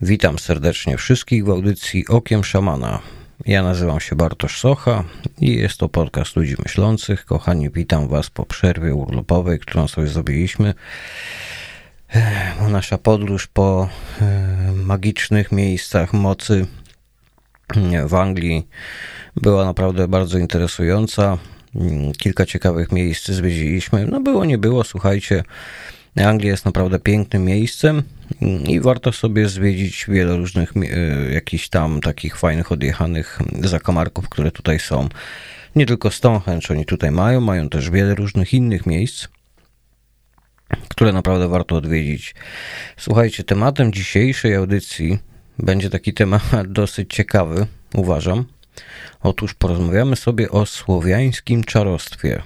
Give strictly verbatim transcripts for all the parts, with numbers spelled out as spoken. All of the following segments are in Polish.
Witam serdecznie wszystkich w audycji Okiem Szamana. Ja nazywam się Bartosz Socha i jest to podcast ludzi myślących. Kochani, witam Was po przerwie urlopowej, którą sobie zrobiliśmy. Nasza podróż po magicznych miejscach mocy w Anglii była naprawdę bardzo interesująca. Kilka ciekawych miejsc zwiedziliśmy. No było, nie było, słuchajcie. Anglia jest naprawdę pięknym miejscem i warto sobie zwiedzić wiele różnych jakichś tam takich fajnych, odjechanych zakamarków, które tutaj są. Nie tylko Stonehenge oni tutaj mają, mają też wiele różnych innych miejsc, które naprawdę warto odwiedzić. Słuchajcie, tematem dzisiejszej audycji będzie taki temat dosyć ciekawy, uważam. Otóż porozmawiamy sobie o słowiańskim czarostwie,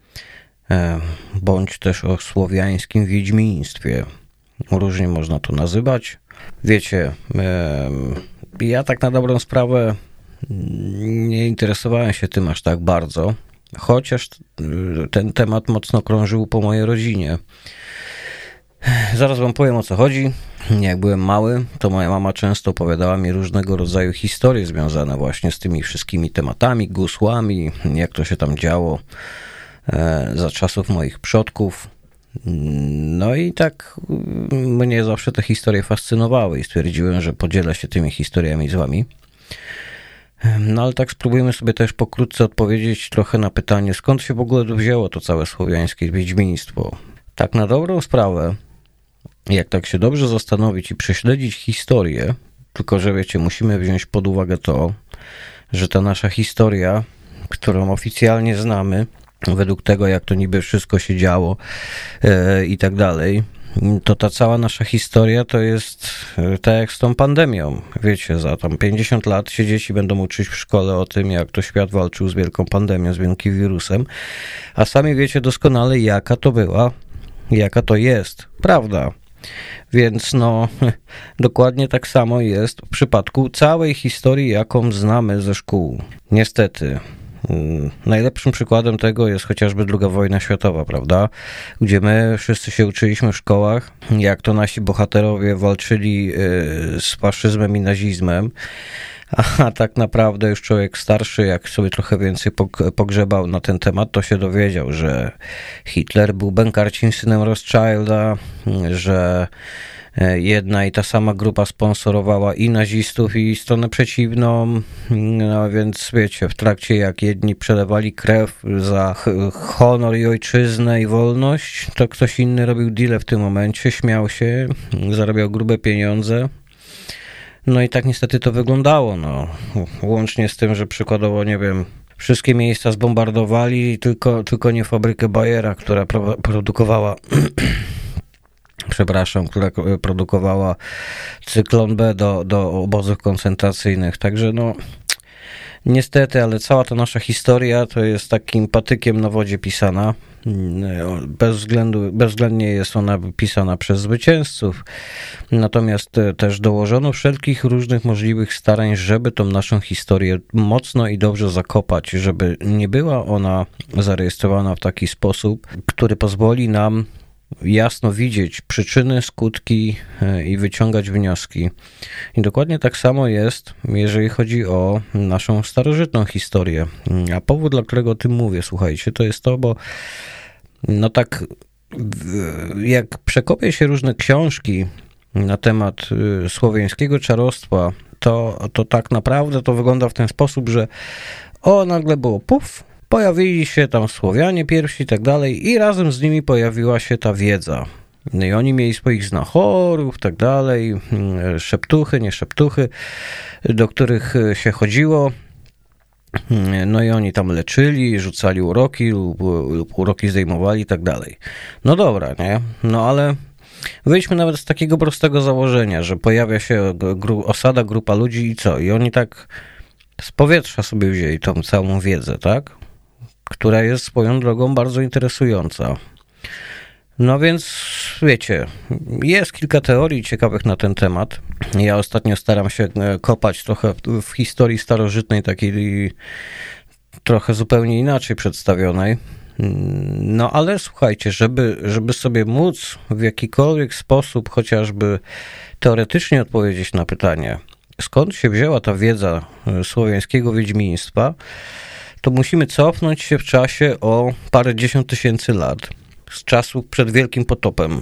bądź też o słowiańskim wiedźmiństwie. Różnie można to nazywać. Wiecie, ja tak na dobrą sprawę nie interesowałem się tym aż tak bardzo, chociaż ten temat mocno krążył po mojej rodzinie. Zaraz wam powiem, o co chodzi. Jak byłem mały, to moja mama często opowiadała mi różnego rodzaju historie związane właśnie z tymi wszystkimi tematami, gusłami, jak to się tam działo za czasów moich przodków. No i tak mnie zawsze te historie fascynowały i stwierdziłem, że podzielę się tymi historiami z wami. No ale tak spróbujmy sobie też pokrótce odpowiedzieć trochę na pytanie, skąd się w ogóle wzięło to całe słowiańskie wiedźmiństwo. Tak na dobrą sprawę, jak tak się dobrze zastanowić i prześledzić historię, tylko że wiecie, musimy wziąć pod uwagę to, że ta nasza historia, którą oficjalnie znamy, według tego, jak to niby wszystko się działo yy, i tak dalej, to ta cała nasza historia to jest yy, tak jak z tą pandemią. Wiecie, za tam pięćdziesiąt lat się dzieci będą uczyć w szkole o tym, jak to świat walczył z wielką pandemią, z wielkim wirusem, a sami wiecie doskonale, jaka to była, jaka to jest, prawda? Więc no, dokładnie tak samo jest w przypadku całej historii, jaką znamy ze szkół. Niestety. Najlepszym przykładem tego jest chociażby druga wojna światowa, prawda? Gdzie my wszyscy się uczyliśmy w szkołach, jak to nasi bohaterowie walczyli z faszyzmem i nazizmem, a tak naprawdę już człowiek starszy, jak sobie trochę więcej pogrzebał na ten temat, to się dowiedział, że Hitler był bękarcim synem Rothschilda, że jedna i ta sama grupa sponsorowała i nazistów, i stronę przeciwną, no więc wiecie, w trakcie jak jedni przelewali krew za honor i ojczyznę i wolność, to ktoś inny robił deale w tym momencie, śmiał się, zarabiał grube pieniądze. No i tak niestety to wyglądało, no. Łącznie z tym, że przykładowo, nie wiem, wszystkie miejsca zbombardowali, tylko, tylko nie fabrykę Bayera, która pro, produkowała przepraszam, która produkowała cyklon B do, do obozów koncentracyjnych. Także no, niestety, ale cała ta nasza historia to jest takim patykiem na wodzie pisana. Bez względu, bezwzględnie jest ona pisana przez zwycięzców. Natomiast też dołożono wszelkich różnych możliwych starań, żeby tą naszą historię mocno i dobrze zakopać, żeby nie była ona zarejestrowana w taki sposób, który pozwoli nam jasno widzieć przyczyny, skutki i wyciągać wnioski. I dokładnie tak samo jest, jeżeli chodzi o naszą starożytną historię. A powód, dla którego o tym mówię, słuchajcie, to jest to, bo no tak jak przekopię się różne książki na temat słowiańskiego czarostwa, to, to tak naprawdę to wygląda w ten sposób, że o, nagle było puf, pojawili się tam Słowianie pierwsi i tak dalej i razem z nimi pojawiła się ta wiedza. No i oni mieli swoich znachorów, tak dalej, szeptuchy, nie szeptuchy, do których się chodziło. No i oni tam leczyli, rzucali uroki lub, lub uroki zdejmowali i tak dalej. No dobra, nie? No ale wyjdźmy nawet z takiego prostego założenia, że pojawia się gru, osada, grupa ludzi i co? I oni tak z powietrza sobie wzięli tą całą wiedzę, tak? Która jest swoją drogą bardzo interesująca. No więc wiecie, jest kilka teorii ciekawych na ten temat. Ja ostatnio staram się kopać trochę w historii starożytnej, takiej trochę zupełnie inaczej przedstawionej. No ale słuchajcie, żeby, żeby sobie móc w jakikolwiek sposób chociażby teoretycznie odpowiedzieć na pytanie, skąd się wzięła ta wiedza słowiańskiego wiedźmiństwa, to musimy cofnąć się w czasie o parędziesiąt tysięcy lat, z czasów przed Wielkim Potopem.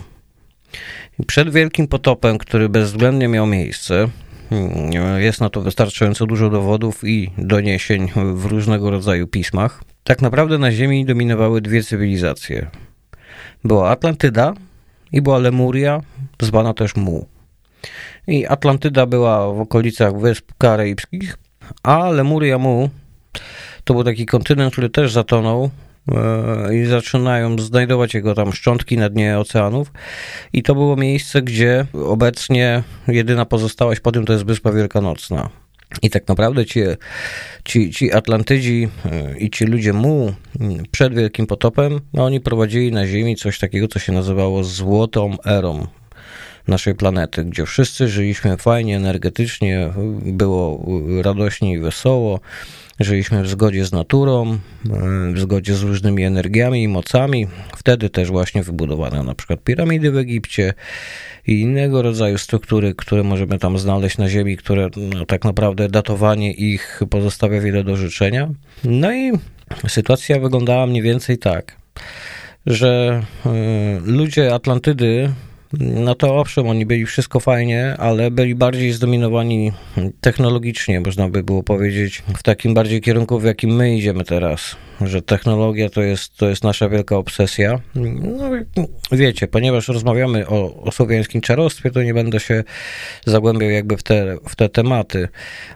Przed Wielkim Potopem, który bezwzględnie miał miejsce, jest na to wystarczająco dużo dowodów i doniesień w różnego rodzaju pismach, tak naprawdę na Ziemi dominowały dwie cywilizacje. Była Atlantyda i była Lemuria, zwana też Mu. I Atlantyda była w okolicach Wysp Karaibskich, a Lemuria Mu to był taki kontynent, który też zatonął i zaczynają znajdować jego tam szczątki na dnie oceanów. I to było miejsce, gdzie obecnie jedyna pozostałość po tym to jest Wyspa Wielkanocna. I tak naprawdę ci, ci, ci Atlantydzi i ci ludzie Mu przed Wielkim Potopem, no oni prowadzili na Ziemi coś takiego, co się nazywało złotą erą naszej planety, gdzie wszyscy żyliśmy fajnie, energetycznie, było radośnie i wesoło, żyliśmy w zgodzie z naturą, w zgodzie z różnymi energiami i mocami. Wtedy też właśnie wybudowano na przykład piramidy w Egipcie i innego rodzaju struktury, które możemy tam znaleźć na Ziemi, które no, tak naprawdę datowanie ich pozostawia wiele do życzenia. No i sytuacja wyglądała mniej więcej tak, że y, ludzie Atlantydy, no to owszem, oni byli wszystko fajnie, ale byli bardziej zdominowani technologicznie, można by było powiedzieć, w takim bardziej kierunku, w jakim my idziemy teraz, że technologia to jest, to jest nasza wielka obsesja. No wiecie, ponieważ rozmawiamy o, o słowiańskim czarostwie, to nie będę się zagłębiał jakby w te, w te tematy.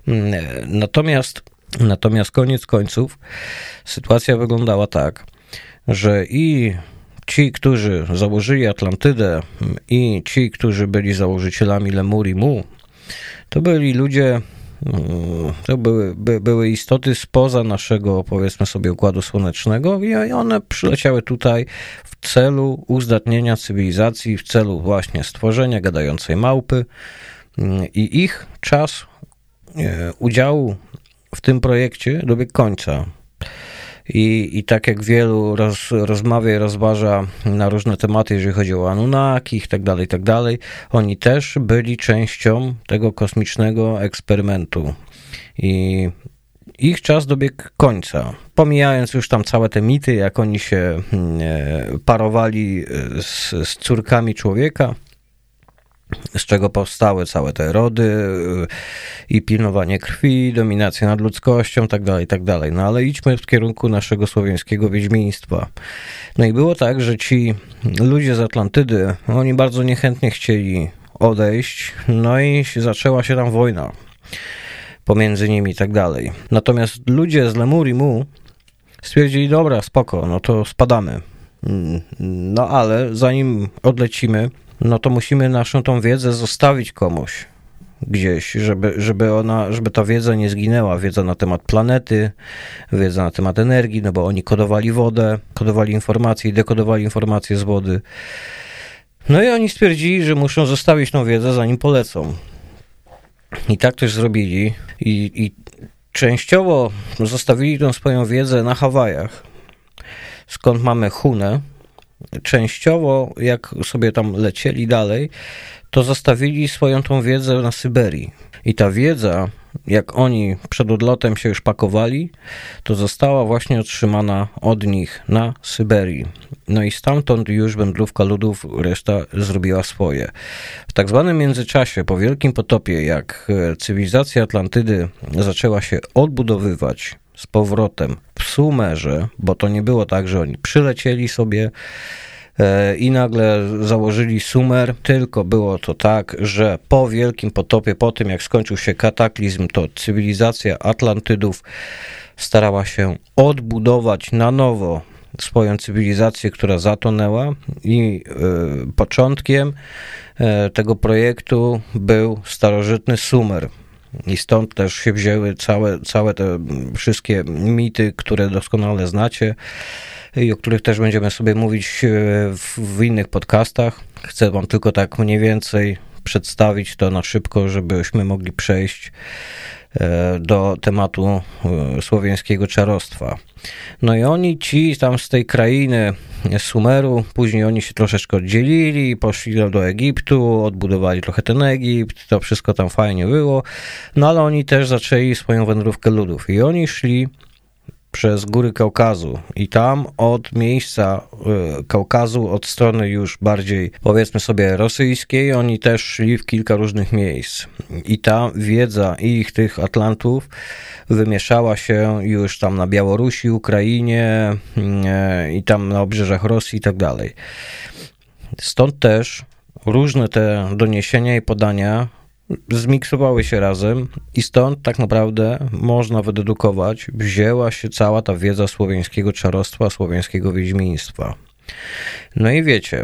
Natomiast, natomiast koniec końców sytuacja wyglądała tak, że i ci, którzy założyli Atlantydę i ci, którzy byli założycielami Lemurii Mu, to byli ludzie, to były, by, były istoty spoza naszego, powiedzmy sobie, Układu Słonecznego i one przyleciały tutaj w celu uzdatnienia cywilizacji, w celu właśnie stworzenia gadającej małpy i ich czas udziału w tym projekcie dobiegł końca. I, I tak jak wielu roz, rozmawia i rozważa na różne tematy, jeżeli chodzi o Anunnaki i tak dalej, i tak dalej, oni też byli częścią tego kosmicznego eksperymentu. I ich czas dobiegł końca. Pomijając już tam całe te mity, jak oni się parowali z, z córkami człowieka, z czego powstały całe te rody i pilnowanie krwi, dominacja nad ludzkością, tak dalej, tak dalej. No ale idźmy w kierunku naszego słowiańskiego wiedźmiństwa. No i było tak, że ci ludzie z Atlantydy, oni bardzo niechętnie chcieli odejść, no i zaczęła się tam wojna pomiędzy nimi i tak dalej. Natomiast ludzie z Lemurii Mu stwierdzili, dobra, spoko, no to spadamy. No ale zanim odlecimy, no to musimy naszą tą wiedzę zostawić komuś gdzieś, żeby, żeby ona, żeby ta wiedza nie zginęła. Wiedza na temat planety, wiedza na temat energii, no bo oni kodowali wodę, kodowali informacje i dekodowali informacje z wody. No i oni stwierdzili, że muszą zostawić tą wiedzę, zanim polecą. I tak też zrobili. I, i częściowo zostawili tą swoją wiedzę na Hawajach, skąd mamy Hunę. Częściowo, jak sobie tam lecieli dalej, to zostawili swoją tą wiedzę na Syberii. I ta wiedza, jak oni przed odlotem się już pakowali, to została właśnie otrzymana od nich na Syberii. No i stamtąd już wędrówka ludów, reszta zrobiła swoje. W tak zwanym międzyczasie, po Wielkim Potopie, jak cywilizacja Atlantydy zaczęła się odbudowywać z powrotem w Sumerze, bo to nie było tak, że oni przylecieli sobie i nagle założyli Sumer, tylko było to tak, że po Wielkim Potopie, po tym jak skończył się kataklizm, to cywilizacja Atlantydów starała się odbudować na nowo swoją cywilizację, która zatonęła i y, początkiem y, tego projektu był starożytny Sumer. I stąd też się wzięły całe, całe te wszystkie mity, które doskonale znacie i o których też będziemy sobie mówić w, w innych podcastach. Chcę wam tylko tak mniej więcej przedstawić to na szybko, żebyśmy mogli przejść do tematu słowiańskiego czarostwa. No i oni ci tam z tej krainy Sumeru, później oni się troszeczkę oddzielili, poszli do Egiptu, odbudowali trochę ten Egipt, to wszystko tam fajnie było, no ale oni też zaczęli swoją wędrówkę ludów i oni szli przez góry Kaukazu i tam od miejsca Kaukazu, od strony już bardziej, powiedzmy sobie, rosyjskiej, oni też szli w kilka różnych miejsc i ta wiedza ich, tych Atlantów, wymieszała się już tam na Białorusi, Ukrainie i tam na obrzeżach Rosji i tak dalej. Stąd też różne te doniesienia i podania zmiksowały się razem i stąd tak naprawdę można wydedukować, wzięła się cała ta wiedza słowiańskiego czarostwa, słowiańskiego wiedźmiństwa. No i wiecie,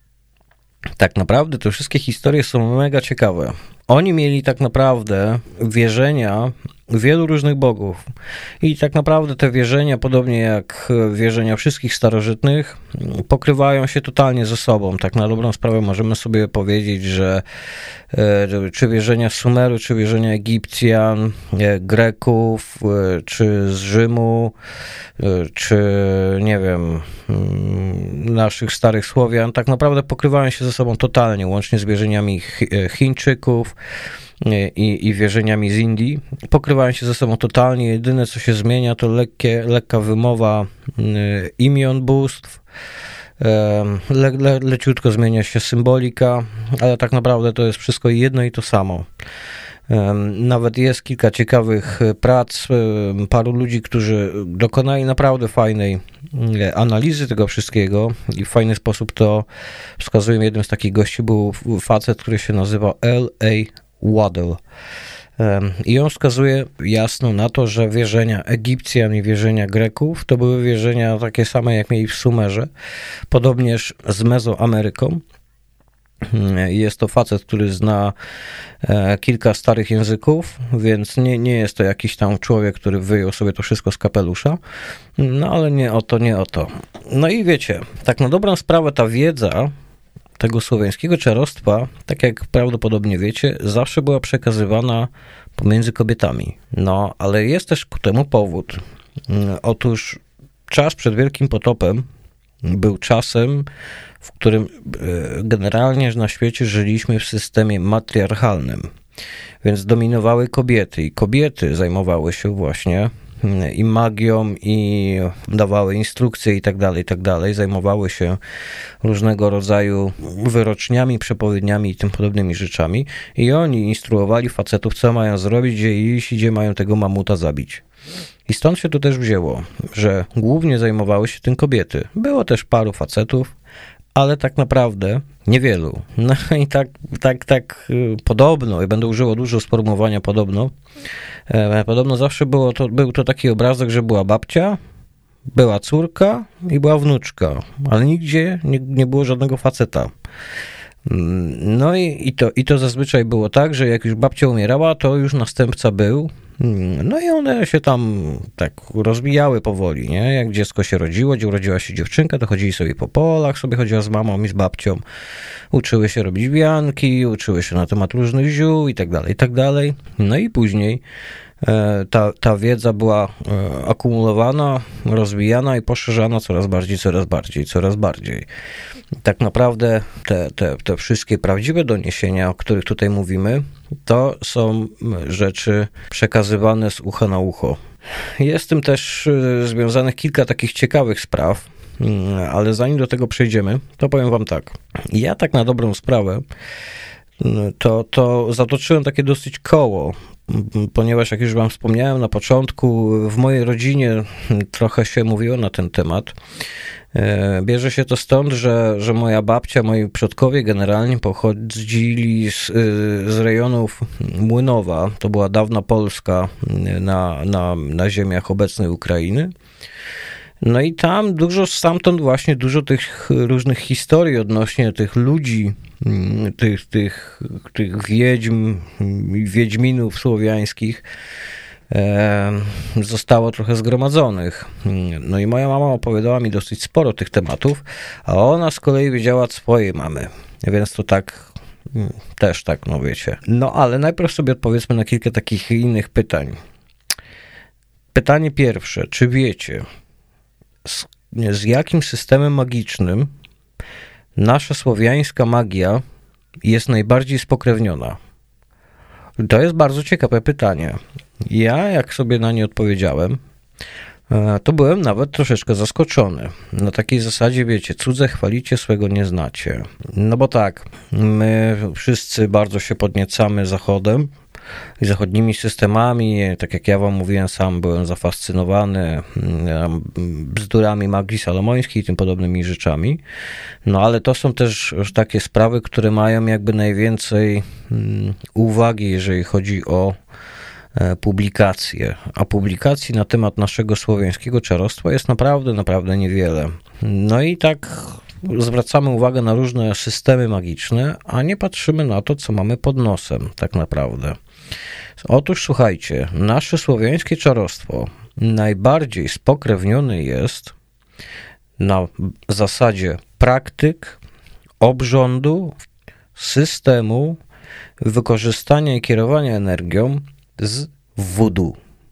tak naprawdę te wszystkie historie są mega ciekawe. Oni mieli tak naprawdę wierzenia wielu różnych bogów i tak naprawdę te wierzenia, podobnie jak wierzenia wszystkich starożytnych, pokrywają się totalnie ze sobą. Tak na dobrą sprawę możemy sobie powiedzieć, że czy wierzenia Sumeru, czy wierzenia Egipcjan, Greków, czy z Rzymu, czy nie wiem, naszych starych Słowian, tak naprawdę pokrywają się ze sobą totalnie, łącznie z wierzeniami Chińczyków, I, i wierzeniami z Indii, pokrywają się ze sobą totalnie. Jedyne, co się zmienia, to lekkie, lekka wymowa imion bóstw, le, le, leciutko zmienia się symbolika, ale tak naprawdę to jest wszystko jedno i to samo. Nawet jest kilka ciekawych prac, paru ludzi, którzy dokonali naprawdę fajnej analizy tego wszystkiego i w fajny sposób to wskazują. Jednym z takich gości był facet, który się nazywa L A Waddell. I on wskazuje jasno na to, że wierzenia Egipcjan i wierzenia Greków to były wierzenia takie same, jak mieli w Sumerze, podobnież z Mezoameryką. Jest to facet, który zna kilka starych języków, więc nie, nie jest to jakiś tam człowiek, który wyjął sobie to wszystko z kapelusza, no ale nie o to, nie o to. No i wiecie, tak na dobrą sprawę ta wiedza tego słowiańskiego czarostwa, tak jak prawdopodobnie wiecie, zawsze była przekazywana pomiędzy kobietami. No, ale jest też ku temu powód. Otóż czas przed Wielkim Potopem był czasem, w którym generalnie na świecie żyliśmy w systemie matriarchalnym, więc dominowały kobiety i kobiety zajmowały się właśnie i magią, i dawały instrukcje i tak dalej, i tak dalej. Zajmowały się różnego rodzaju wyroczniami, przepowiedniami i tym podobnymi rzeczami. I oni instruowali facetów, co mają zrobić, gdzie iść, gdzie mają tego mamuta zabić. I stąd się to też wzięło, że głównie zajmowały się tym kobiety. Było też paru facetów, ale tak naprawdę niewielu. No i tak, tak, tak podobno, i będę używał dużo sformułowania podobno, e, podobno zawsze było to, był to taki obrazek, że była babcia, była córka i była wnuczka, ale nigdzie nie, nie było żadnego faceta. No i, i, to, i to zazwyczaj było tak, że jak już babcia umierała, to już następca był. No i one się tam tak rozwijały powoli, nie? Jak dziecko się rodziło, gdzie urodziła się dziewczynka, to chodzili sobie po polach, sobie chodziła z mamą i z babcią. Uczyły się robić wianki, uczyły się na temat różnych ziół i tak dalej, i tak dalej. No i później ta, ta wiedza była akumulowana, rozwijana i poszerzana coraz bardziej, coraz bardziej, coraz bardziej. Tak naprawdę te, te, te wszystkie prawdziwe doniesienia, o których tutaj mówimy, to są rzeczy przekazywane z ucha na ucho. Jest z tym też związanych kilka takich ciekawych spraw, ale zanim do tego przejdziemy, to powiem wam tak. Ja tak na dobrą sprawę to, to zatoczyłem takie dosyć koło, ponieważ jak już wam wspomniałem na początku, w mojej rodzinie trochę się mówiło na ten temat. Bierze się to stąd, że, że moja babcia, moi przodkowie generalnie pochodzili z, z rejonów Młynowa, to była dawna Polska na, na, na ziemiach obecnej Ukrainy. No i tam dużo, stamtąd właśnie dużo tych różnych historii odnośnie tych ludzi, tych, tych, tych wiedźm, wiedźminów słowiańskich zostało trochę zgromadzonych. No i moja mama opowiadała mi dosyć sporo tych tematów, a ona z kolei wiedziała swojej mamy, więc to tak Też tak, no wiecie. No ale najpierw sobie odpowiedzmy na kilka takich innych pytań. Pytanie pierwsze, czy wiecie, z, z jakim systemem magicznym nasza słowiańska magia jest najbardziej spokrewniona? To jest bardzo ciekawe pytanie. Ja, jak sobie na nie odpowiedziałem, to byłem nawet troszeczkę zaskoczony. Na takiej zasadzie, wiecie, cudze chwalicie, swego nie znacie. No bo tak, my wszyscy bardzo się podniecamy Zachodem i zachodnimi systemami. Tak jak ja wam mówiłem, sam byłem zafascynowany bzdurami magii salomońskiej i tym podobnymi rzeczami. No ale to są też takie sprawy, które mają jakby najwięcej uwagi, jeżeli chodzi o publikacje, a publikacji na temat naszego słowiańskiego czarostwa jest naprawdę, naprawdę niewiele. No i tak zwracamy uwagę na różne systemy magiczne, a nie patrzymy na to, co mamy pod nosem tak naprawdę. Otóż słuchajcie, nasze słowiańskie czarostwo najbardziej spokrewnione jest na zasadzie praktyk, obrządu, systemu, wykorzystania i kierowania energią z voodoo.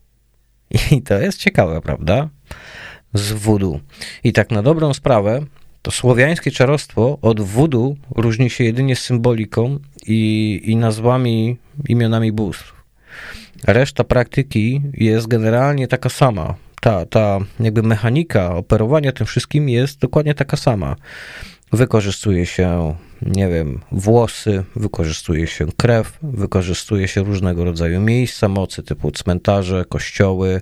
I to jest ciekawe, prawda? Z voodoo. I tak na dobrą sprawę, to słowiańskie czarostwo od voodoo różni się jedynie symboliką i, i nazwami, imionami bóstw. Reszta praktyki jest generalnie taka sama. Ta, ta jakby mechanika operowania tym wszystkim jest dokładnie taka sama. Wykorzystuje się, nie wiem, włosy, wykorzystuje się krew, wykorzystuje się różnego rodzaju miejsca mocy, typu cmentarze, kościoły,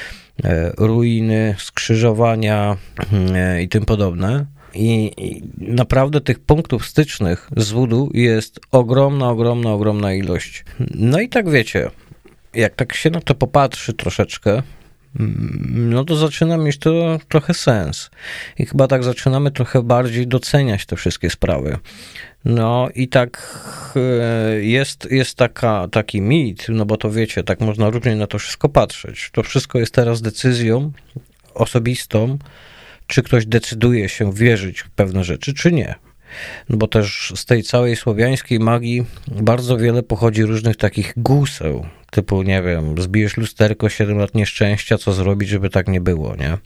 ruiny, skrzyżowania i tym podobne. I, I naprawdę tych punktów stycznych z voodoo jest ogromna, ogromna, ogromna ilość. No i tak wiecie, jak tak się na to popatrzy troszeczkę, no to zaczyna mieć to trochę sens. I chyba tak zaczynamy trochę bardziej doceniać te wszystkie sprawy. No i tak jest, jest taka, taki mit, no bo to wiecie, tak można różnie na to wszystko patrzeć. To wszystko jest teraz decyzją osobistą, czy ktoś decyduje się wierzyć w pewne rzeczy, czy nie. No bo też z tej całej słowiańskiej magii bardzo wiele pochodzi różnych takich guseł, typu, nie wiem, zbijesz lusterko, siedem lat nieszczęścia, co zrobić, żeby tak nie było, nie?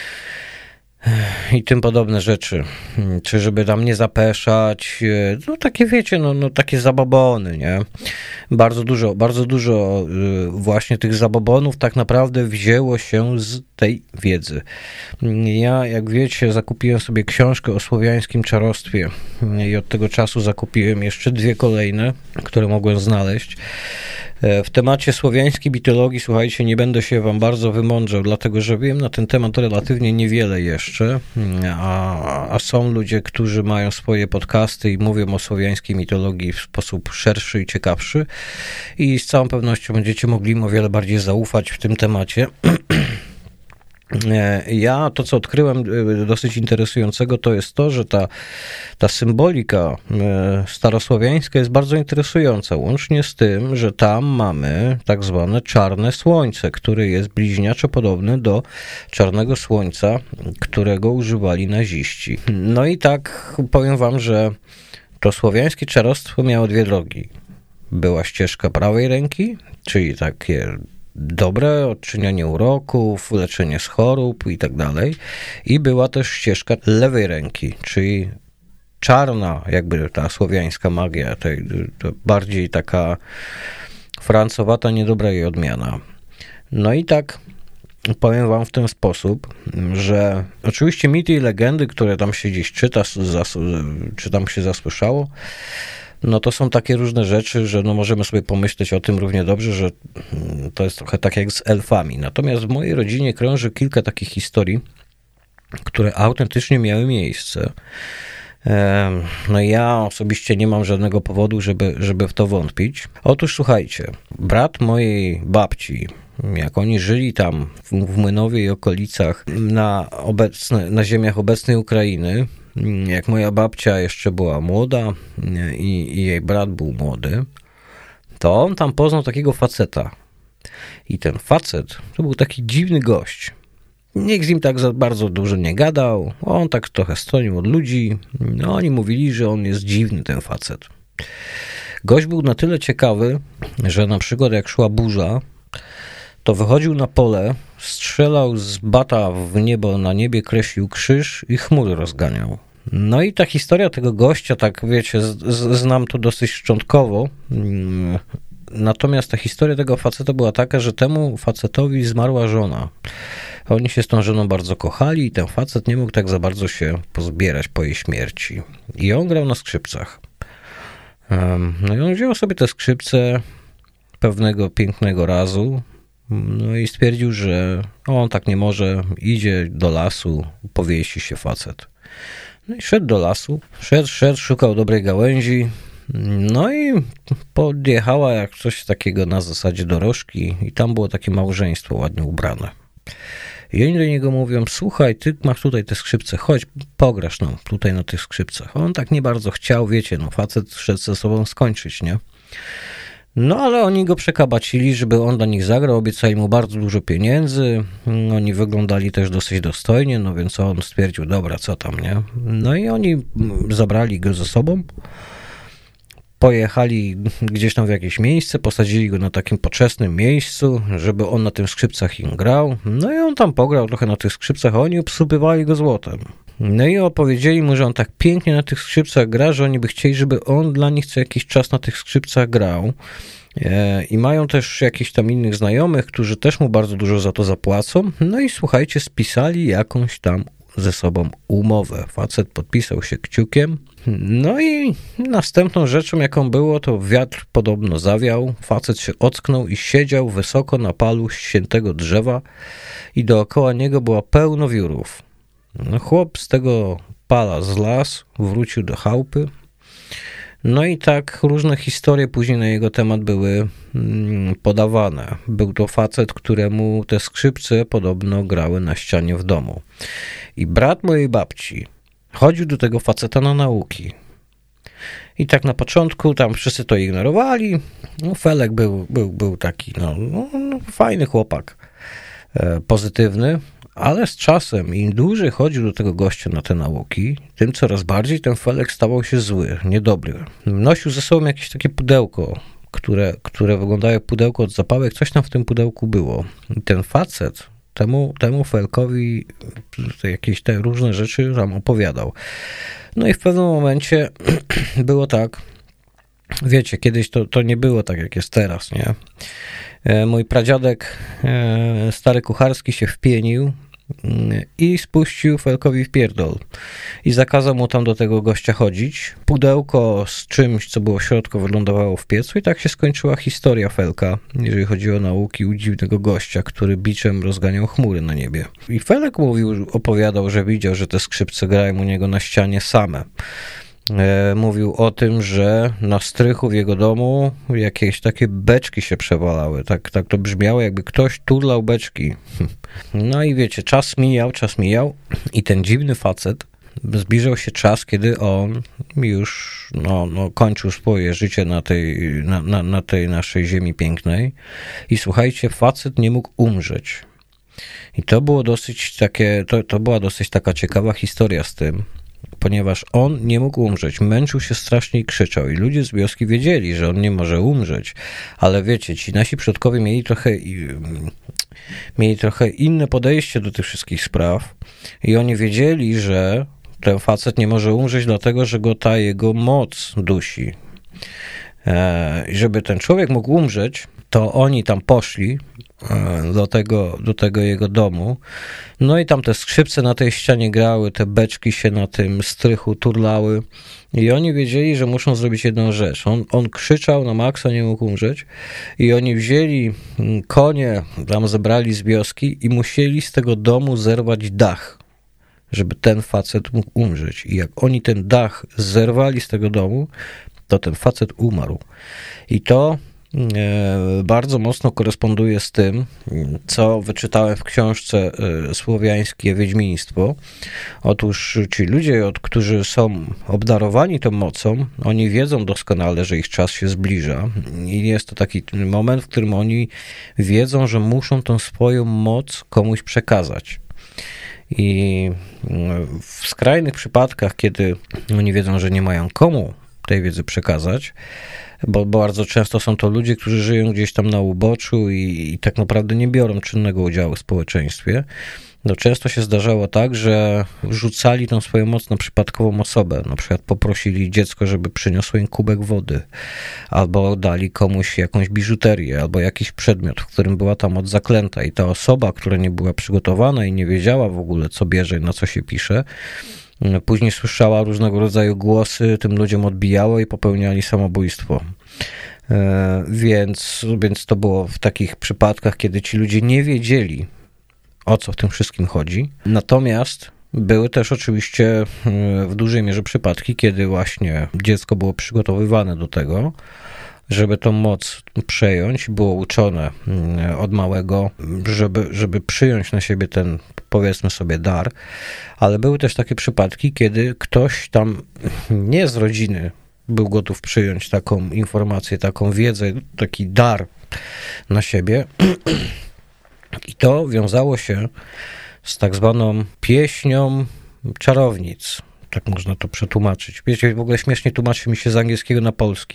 I tym podobne rzeczy. Czy żeby tam nie zapeszać, no takie wiecie, no, no takie zabobony, nie? Bardzo dużo, bardzo dużo właśnie tych zabobonów tak naprawdę wzięło się z tej wiedzy. Ja, jak wiecie, zakupiłem sobie książkę o słowiańskim czarostwie i od tego czasu zakupiłem jeszcze dwie kolejne, które mogłem znaleźć. W temacie słowiańskiej mitologii, słuchajcie, nie będę się wam bardzo wymądrzał, dlatego że wiem na ten temat relatywnie niewiele jeszcze, a, a są ludzie, którzy mają swoje podcasty i mówią o słowiańskiej mitologii w sposób szerszy i ciekawszy i z całą pewnością będziecie mogli im o wiele bardziej zaufać w tym temacie. Ja to, co odkryłem dosyć interesującego, to jest to, że ta, ta symbolika starosłowiańska jest bardzo interesująca, łącznie z tym, że tam mamy tak zwane czarne słońce, które jest bliźniaczo podobne do czarnego słońca, którego używali naziści. No i tak powiem wam, że to słowiańskie czarostwo miało dwie drogi. Była ścieżka prawej ręki, czyli takie dobre odczynianie uroków, leczenie z chorób i tak dalej. I była też ścieżka lewej ręki, czyli czarna, jakby ta słowiańska magia, to, to bardziej taka francowata, niedobra jej odmiana. No i tak powiem wam w ten sposób, że oczywiście mity i legendy, które tam się gdzieś czyta, czy tam się zasłyszało, no to są takie różne rzeczy, że no możemy sobie pomyśleć o tym równie dobrze, że to jest trochę tak jak z elfami. Natomiast w mojej rodzinie krąży kilka takich historii, które autentycznie miały miejsce. No ja osobiście nie mam żadnego powodu, żeby, żeby w to wątpić. Otóż słuchajcie, brat mojej babci, jak oni żyli tam w Młynowie i okolicach na, obecne, na ziemiach obecnej Ukrainy, jak moja babcia jeszcze była młoda i, i jej brat był młody, to on tam poznał takiego faceta. I ten facet to był taki dziwny gość. Nikt z nim tak za bardzo dużo nie gadał, on tak trochę stronił od ludzi. No, oni mówili, że on jest dziwny, ten facet. Gość był na tyle ciekawy, że na przykład jak szła burza, to wychodził na pole, strzelał z bata w niebo, na niebie kreślił krzyż i chmury rozganiał. No i ta historia tego gościa, tak wiecie, z, z, znam to dosyć szczątkowo, natomiast ta historia tego faceta była taka, że temu facetowi zmarła żona. Oni się z tą żoną bardzo kochali i ten facet nie mógł tak za bardzo się pozbierać po jej śmierci. I on grał na skrzypcach. No i on wziął sobie te skrzypce pewnego pięknego razu, no i stwierdził, że on tak nie może, idzie do lasu, powiesi się facet. No i szedł do lasu, szedł, szedł, szukał dobrej gałęzi, no i podjechała jak coś takiego na zasadzie dorożki i tam było takie małżeństwo ładnie ubrane. I oni do niego mówią, słuchaj, ty masz tutaj te skrzypce, chodź, pograsz no, tutaj na tych skrzypcach. On tak nie bardzo chciał, wiecie, no facet szedł ze sobą skończyć, nie? No ale oni go przekabacili, żeby on dla nich zagrał, obiecali mu bardzo dużo pieniędzy, oni wyglądali też dosyć dostojnie, no więc on stwierdził, dobra, co tam, nie? No i oni zabrali go ze sobą, pojechali gdzieś tam w jakieś miejsce, posadzili go na takim poczesnym miejscu, żeby on na tym skrzypcach im grał, no i on tam pograł trochę na tych skrzypcach, a oni obsypywali go złotem. No i opowiedzieli mu, że on tak pięknie na tych skrzypcach gra, że oni by chcieli, żeby on dla nich co jakiś czas na tych skrzypcach grał. I mają też jakichś tam innych znajomych, którzy też mu bardzo dużo za to zapłacą. No i słuchajcie, spisali jakąś tam ze sobą umowę. Facet podpisał się kciukiem. No i następną rzeczą, jaką było, to wiatr podobno zawiał. Facet się ocknął i siedział wysoko na palu ściętego drzewa i dookoła niego była pełno wiórów. No, chłop z tego pala zlazł, wrócił do chałupy. No i tak różne historie później na jego temat były podawane. Był to facet, któremu te skrzypce podobno grały na ścianie w domu. I brat mojej babci chodził do tego faceta na nauki. I tak na początku tam wszyscy to ignorowali. No, Felek był, był, był taki no, no, fajny chłopak, e, pozytywny. Ale z czasem, im dłużej chodził do tego gościa na te nauki, tym coraz bardziej ten Felek stawał się zły, niedobry. Nosił ze sobą jakieś takie pudełko, które, które wyglądało jak pudełko od zapałek, coś tam w tym pudełku było. I ten facet temu, temu Felkowi jakieś te różne rzeczy tam opowiadał. No i w pewnym momencie było tak, wiecie, kiedyś to, to nie było tak, jak jest teraz, nie? Mój pradziadek, stary kucharski, się wpienił i spuścił Felkowi w pierdol. I zakazał mu tam do tego gościa chodzić. Pudełko z czymś, co było w środku, wylądowało w piecu i tak się skończyła historia Felka, jeżeli chodzi o nauki u dziwnego gościa, który biczem rozganiał chmury na niebie. I Felek mówił, opowiadał, że widział, że te skrzypce grają u niego na ścianie same. Mówił o tym, że na strychu w jego domu jakieś takie beczki się przewalały. Tak, tak to brzmiało, jakby ktoś turlał beczki. No i wiecie, czas mijał, czas mijał i ten dziwny facet, zbliżał się czas, kiedy on już no, no, kończył swoje życie na tej, na, na, na tej naszej ziemi pięknej i słuchajcie, facet nie mógł umrzeć. I to było dosyć takie, to, to była dosyć taka ciekawa historia z tym, ponieważ on nie mógł umrzeć, męczył się strasznie i krzyczał i ludzie z wioski wiedzieli, że on nie może umrzeć, ale wiecie, ci nasi przodkowie mieli trochę, mieli trochę inne podejście do tych wszystkich spraw i oni wiedzieli, że ten facet nie może umrzeć, dlatego że go ta jego moc dusi. I żeby ten człowiek mógł umrzeć, to oni tam poszli do tego, do tego jego domu, no i tam te skrzypce na tej ścianie grały, te beczki się na tym strychu turlały i oni wiedzieli, że muszą zrobić jedną rzecz. On, on krzyczał na maksa, nie mógł umrzeć i oni wzięli konie, tam zebrali z wioski i musieli z tego domu zerwać dach, żeby ten facet mógł umrzeć. I jak oni ten dach zerwali z tego domu, to ten facet umarł. I to bardzo mocno koresponduje z tym, co wyczytałem w książce Słowiańskie Wiedźmiństwo. Otóż ci ludzie, którzy są obdarowani tą mocą, oni wiedzą doskonale, że ich czas się zbliża i jest to taki moment, w którym oni wiedzą, że muszą tą swoją moc komuś przekazać. I w skrajnych przypadkach, kiedy oni wiedzą, że nie mają komu tej wiedzy przekazać, bo bardzo często są to ludzie, którzy żyją gdzieś tam na uboczu i, i tak naprawdę nie biorą czynnego udziału w społeczeństwie. No często się zdarzało tak, że rzucali tą swoją moc na przypadkową osobę. Na przykład poprosili dziecko, żeby przyniosło im kubek wody, albo dali komuś jakąś biżuterię, albo jakiś przedmiot, w którym była ta moc zaklęta. I ta osoba, która nie była przygotowana i nie wiedziała w ogóle, co bierze i na co się pisze, później słyszała różnego rodzaju głosy, tym ludziom odbijało i popełniali samobójstwo. Więc, więc to było w takich przypadkach, kiedy ci ludzie nie wiedzieli, o co w tym wszystkim chodzi. Natomiast były też oczywiście w dużej mierze przypadki, kiedy właśnie dziecko było przygotowywane do tego, żeby tą moc przejąć, było uczone od małego, żeby, żeby przyjąć na siebie ten, powiedzmy sobie, dar, ale były też takie przypadki, kiedy ktoś tam nie z rodziny był gotów przyjąć taką informację, taką wiedzę, taki dar na siebie. I to wiązało się z tak zwaną pieśnią czarownic. Tak można to przetłumaczyć. Wiecie, w ogóle śmiesznie tłumaczy mi się z angielskiego na polski.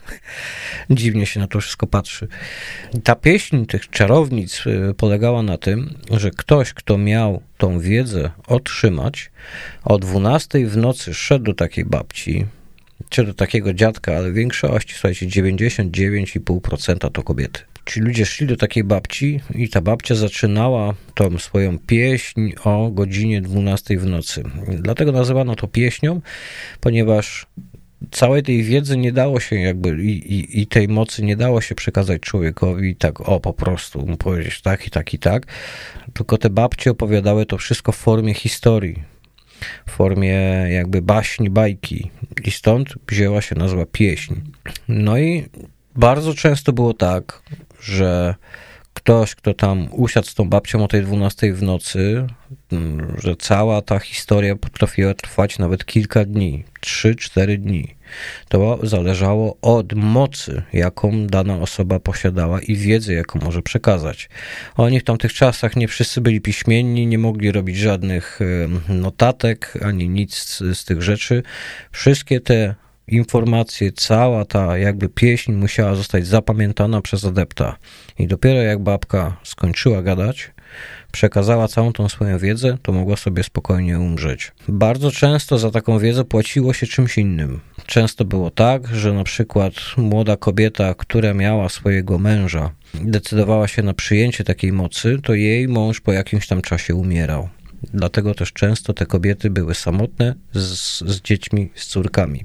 Dziwnie się na to wszystko patrzy. Ta pieśń tych czarownic polegała na tym, że ktoś, kto miał tą wiedzę otrzymać, o dwunastej w nocy szedł do takiej babci, czy do takiego dziadka, ale w większości, słuchajcie, dziewięćdziesiąt dziewięć i pół procent to kobiety. Ci ludzie szli do takiej babci i ta babcia zaczynała tą swoją pieśń o godzinie dwunastej w nocy. Dlatego nazywano to pieśnią, ponieważ całej tej wiedzy nie dało się jakby i, i, i tej mocy nie dało się przekazać człowiekowi tak o po prostu mu powiedzieć tak i tak i tak, tylko te babcie opowiadały to wszystko w formie historii, w formie jakby baśni, bajki i stąd wzięła się nazwa pieśń. No i bardzo często było tak, że ktoś, kto tam usiadł z tą babcią o tej dwunastej w nocy, że cała ta historia potrafiła trwać nawet kilka dni, trzy, cztery dni. To zależało od mocy, jaką dana osoba posiadała i wiedzy, jaką może przekazać. Oni w tamtych czasach nie wszyscy byli piśmienni, nie mogli robić żadnych notatek, ani nic z, z tych rzeczy. Wszystkie te informacje, cała ta jakby pieśń musiała zostać zapamiętana przez adepta. I dopiero jak babka skończyła gadać, przekazała całą tą swoją wiedzę, to mogła sobie spokojnie umrzeć. Bardzo często za taką wiedzę płaciło się czymś innym. Często było tak, że na przykład młoda kobieta, która miała swojego męża, decydowała się na przyjęcie takiej mocy, to jej mąż po jakimś tam czasie umierał. Dlatego też często te kobiety były samotne z, z dziećmi, z córkami.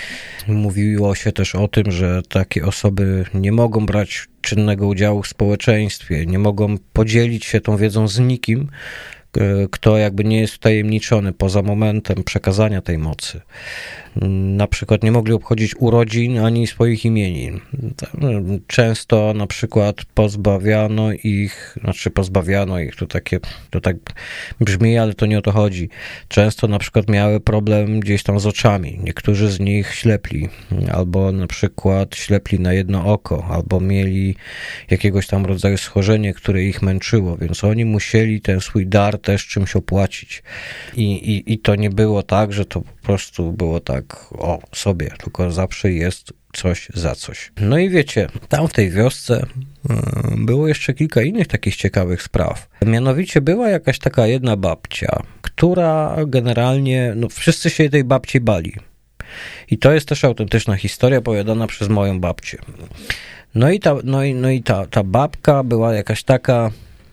Mówiło się też o tym, że takie osoby nie mogą brać czynnego udziału w społeczeństwie, nie mogą podzielić się tą wiedzą z nikim, kto jakby nie jest wtajemniczony poza momentem przekazania tej mocy. Na przykład nie mogli obchodzić urodzin ani swoich imienin. Często na przykład pozbawiano ich, znaczy pozbawiano ich, to takie, to tak brzmi, ale to nie o to chodzi. Często na przykład miały problem gdzieś tam z oczami. Niektórzy z nich ślepli, albo na przykład ślepli na jedno oko, albo mieli jakiegoś tam rodzaju schorzenie, które ich męczyło, więc oni musieli ten swój dar też czymś opłacić. I, i, i to nie było tak, że to po prostu było tak o sobie, tylko zawsze jest coś za coś. No i wiecie, tam w tej wiosce było jeszcze kilka innych takich ciekawych spraw. Mianowicie była jakaś taka jedna babcia, która generalnie, no wszyscy się tej babci bali. I to jest też autentyczna historia opowiadana przez moją babcię. No i ta, no i, no i ta, ta babka była jakaś taka.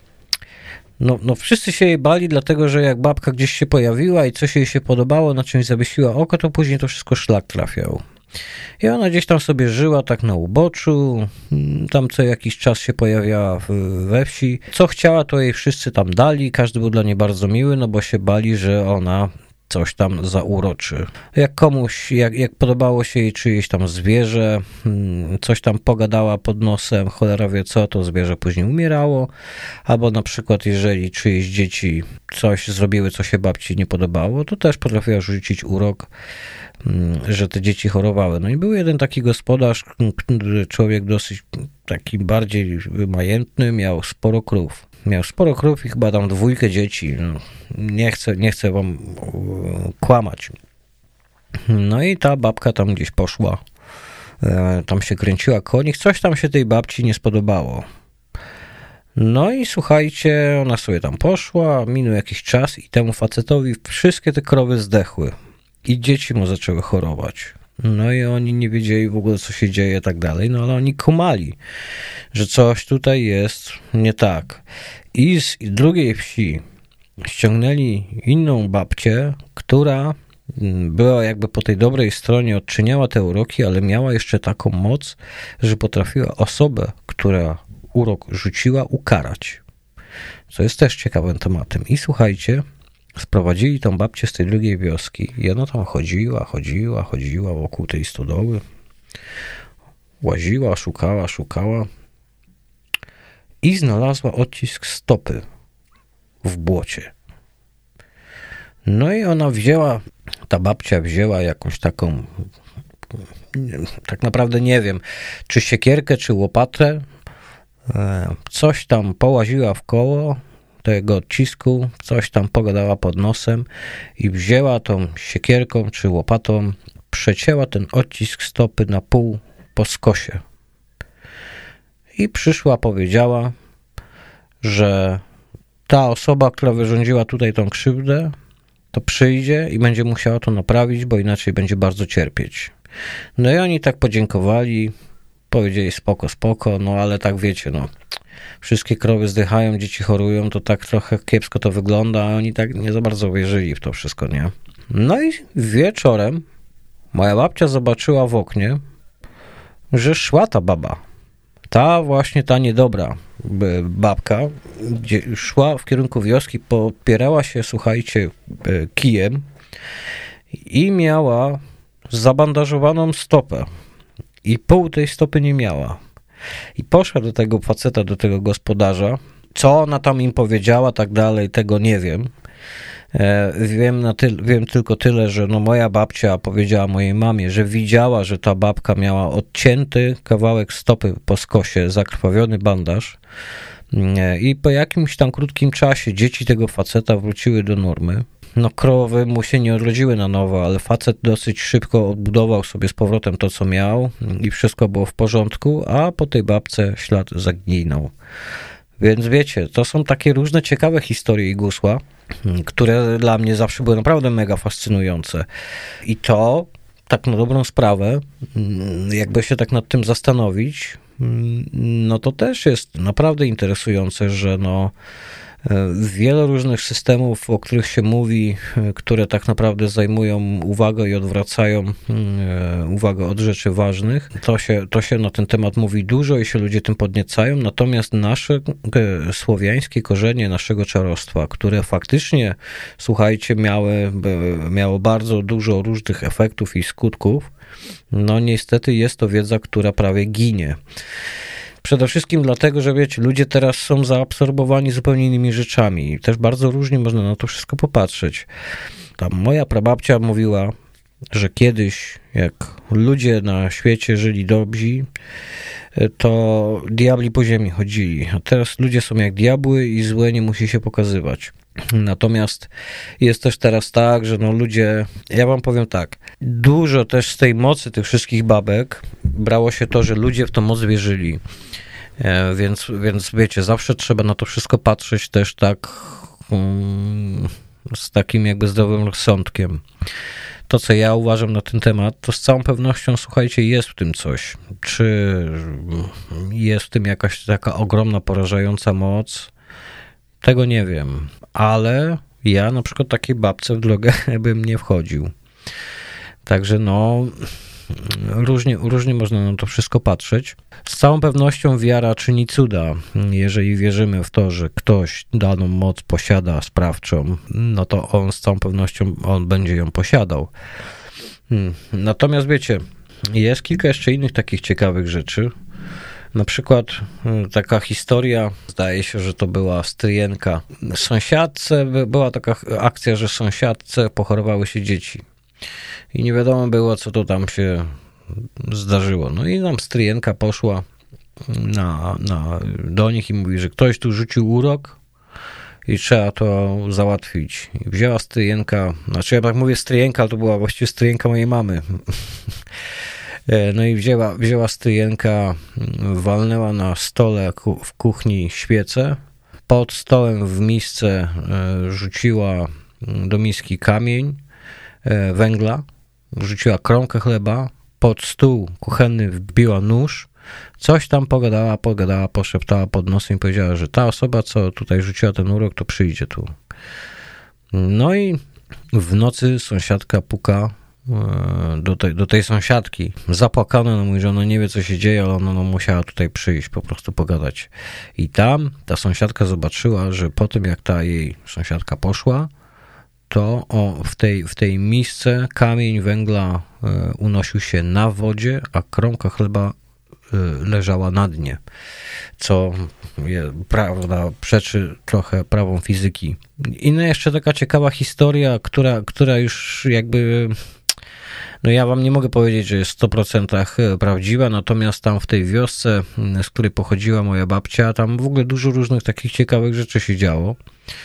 No, no wszyscy się jej bali, dlatego że jak babka gdzieś się pojawiła i coś jej się podobało, na czymś zawiesiła oko, to później to wszystko szlak trafiał. I ona gdzieś tam sobie żyła tak na uboczu, tam co jakiś czas się pojawiała we wsi. Co chciała, to jej wszyscy tam dali, każdy był dla niej bardzo miły, no bo się bali, że ona coś tam zauroczy. Jak komuś, jak, jak podobało się jej czyjeś tam zwierzę, coś tam pogadała pod nosem, cholera wie co, to zwierzę później umierało, albo na przykład jeżeli czyjeś dzieci coś zrobiły, co się babci nie podobało, to też potrafiła rzucić urok, że te dzieci chorowały. No i był jeden taki gospodarz, człowiek dosyć taki bardziej majętny, miał sporo krów. Miał sporo krów i chyba tam dwójkę dzieci. No, nie chcę, nie chcę wam kłamać. No i ta babka tam gdzieś poszła, tam się kręciła koło nich, coś tam się tej babci nie spodobało. No i słuchajcie, ona sobie tam poszła, minął jakiś czas i temu facetowi wszystkie te krowy zdechły i dzieci mu zaczęły chorować. No i oni nie wiedzieli w ogóle, co się dzieje i tak dalej, no ale oni kumali, że coś tutaj jest nie tak. I z drugiej wsi ściągnęli inną babcię, która była jakby po tej dobrej stronie, odczyniała te uroki, ale miała jeszcze taką moc, że potrafiła osobę, która urok rzuciła, ukarać. Co jest też ciekawym tematem. I słuchajcie, sprowadzili tą babcię z tej drugiej wioski i ona tam chodziła, chodziła, chodziła wokół tej stodoły. Łaziła, szukała, szukała i znalazła odcisk stopy w błocie. No i ona wzięła, ta babcia wzięła jakąś taką, tak naprawdę nie wiem, czy siekierkę, czy łopatę, coś tam połaziła w koło tego odcisku, coś tam pogadała pod nosem i wzięła tą siekierką czy łopatą, przecięła ten odcisk stopy na pół po skosie. I przyszła, powiedziała, że ta osoba, która wyrządziła tutaj tą krzywdę, to przyjdzie i będzie musiała to naprawić, bo inaczej będzie bardzo cierpieć. No i oni tak podziękowali, powiedzieli spoko, spoko, no ale tak wiecie, no wszystkie krowy zdychają, dzieci chorują, to tak trochę kiepsko to wygląda, a oni tak nie za bardzo wierzyli w to wszystko, nie? No i wieczorem moja babcia zobaczyła w oknie, że szła ta baba, ta właśnie ta niedobra babka, gdzie szła w kierunku wioski, popierała się, słuchajcie, kijem i miała zabandażowaną stopę i pół tej stopy nie miała. I poszła do tego faceta, do tego gospodarza. Co ona tam im powiedziała, tak dalej, tego nie wiem. Wiem, na ty- wiem tylko tyle, że no moja babcia powiedziała mojej mamie, że widziała, że ta babka miała odcięty kawałek stopy po skosie, zakrwawiony bandaż. I po jakimś tam krótkim czasie dzieci tego faceta wróciły do normy. No krowy mu się nie odrodziły na nowo, ale facet dosyć szybko odbudował sobie z powrotem to, co miał i wszystko było w porządku, a po tej babce ślad zaginął. Więc wiecie, to są takie różne ciekawe historie i gusła, które dla mnie zawsze były naprawdę mega fascynujące. I to, tak na dobrą sprawę, jakby się tak nad tym zastanowić, no to też jest naprawdę interesujące, że no wiele różnych systemów, o których się mówi, które tak naprawdę zajmują uwagę i odwracają uwagę od rzeczy ważnych, to się, to się na ten temat mówi dużo i się ludzie tym podniecają, natomiast nasze słowiańskie korzenie naszego czarostwa, które faktycznie, słuchajcie, miały, miało bardzo dużo różnych efektów i skutków, no niestety jest to wiedza, która prawie ginie. Przede wszystkim dlatego, że wiecie, ludzie teraz są zaabsorbowani zupełnie innymi rzeczami i też bardzo różnie można na to wszystko popatrzeć. Tam moja prababcia mówiła, że kiedyś, jak ludzie na świecie żyli dobrzy, to diabli po ziemi chodzili, a teraz ludzie są jak diabły i złe nie musi się pokazywać. Natomiast jest też teraz tak, że no ludzie, ja wam powiem tak, dużo też z tej mocy tych wszystkich babek brało się to, że ludzie w tą moc wierzyli. Więc, więc wiecie, zawsze trzeba na to wszystko patrzeć też tak um, z takim jakby zdrowym rozsądkiem. To, co ja uważam na ten temat, to z całą pewnością, słuchajcie, jest w tym coś. Czy jest w tym jakaś taka ogromna, porażająca moc? Tego nie wiem, ale ja na przykład takiej babce w drogę bym nie wchodził. Także no, różnie, różnie można na to wszystko patrzeć. Z całą pewnością wiara czyni cuda. Jeżeli wierzymy w to, że ktoś daną moc posiada sprawczą, no to on z całą pewnością on będzie ją posiadał. Natomiast wiecie, jest kilka jeszcze innych takich ciekawych rzeczy. Na przykład taka historia, zdaje się, że to była stryjenka. Sąsiadce, była taka akcja, że sąsiadce pochorowały się dzieci. I nie wiadomo było, co to tam się zdarzyło. No i nam stryjenka poszła na, na, do nich i mówi, że ktoś tu rzucił urok i trzeba to załatwić. I wzięła stryjenka, znaczy ja tak mówię stryjenka, ale to była właściwie stryjenka mojej mamy. No i wzięła, wzięła stryjenka, walnęła na stole w kuchni świecę, pod stołem w misce rzuciła do miski kamień węgla, rzuciła kromkę chleba, pod stół kuchenny wbiła nóż, coś tam pogadała, pogadała, poszeptała pod nosem i powiedziała, że ta osoba, co tutaj rzuciła ten urok, to przyjdzie tu. No i w nocy sąsiadka puka do tej, do tej sąsiadki. Zapłakana, no mówi, że ona nie wie, co się dzieje, ale ona no, musiała tutaj przyjść, po prostu pogadać. I tam ta sąsiadka zobaczyła, że po tym, jak ta jej sąsiadka poszła, to o, w, tej, w tej misce kamień węgla e, unosił się na wodzie, a kromka chleba e, leżała na dnie, co je, prawda, przeczy trochę prawom fizyki. Inna jeszcze taka ciekawa historia, która, która już jakby, no ja wam nie mogę powiedzieć, że jest w sto procent prawdziwa, natomiast tam w tej wiosce, z której pochodziła moja babcia, tam w ogóle dużo różnych takich ciekawych rzeczy się działo.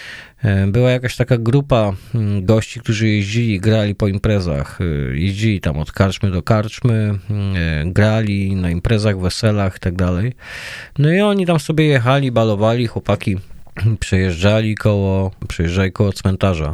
Była jakaś taka grupa gości, którzy jeździli, grali po imprezach. Jeździli tam od karczmy do karczmy, grali na imprezach, weselach i tak dalej. No i oni tam sobie jechali, balowali, chłopaki przejeżdżali koło, przejeżdżali koło cmentarza.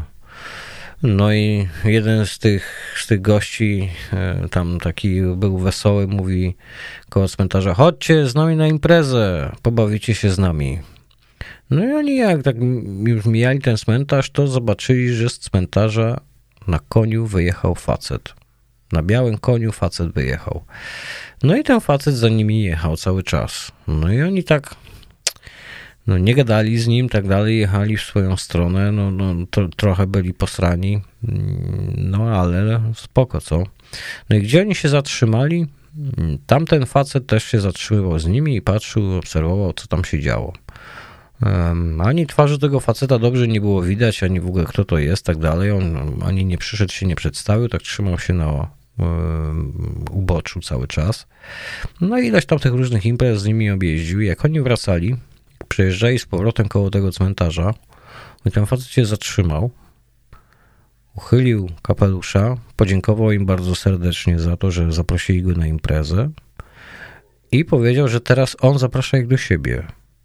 No i jeden z tych, z tych gości, tam taki był wesoły, mówi koło cmentarza: chodźcie z nami na imprezę, pobawicie się z nami. No i oni jak tak już mijali ten cmentarz, to zobaczyli, że z cmentarza na koniu wyjechał facet. Na białym koniu facet wyjechał. No i ten facet za nimi jechał cały czas. No i oni tak no nie gadali z nim, tak dalej, jechali w swoją stronę, no, no to, trochę byli posrani, no ale spoko, co? No i gdzie oni się zatrzymali? Tamten facet też się zatrzymywał z nimi i patrzył, obserwował, co tam się działo. Um, ani twarzy tego faceta dobrze nie było widać, ani w ogóle kto to jest, tak dalej. On ani nie przyszedł, się nie przedstawił, tak trzymał się na um, uboczu cały czas. No i ileś tam tych różnych imprez z nimi objeździł. Jak oni wracali, przejeżdżali z powrotem koło tego cmentarza, i ten facet się zatrzymał, uchylił kapelusza, podziękował im bardzo serdecznie za to, że zaprosili go na imprezę i powiedział, że teraz on zaprasza ich do siebie.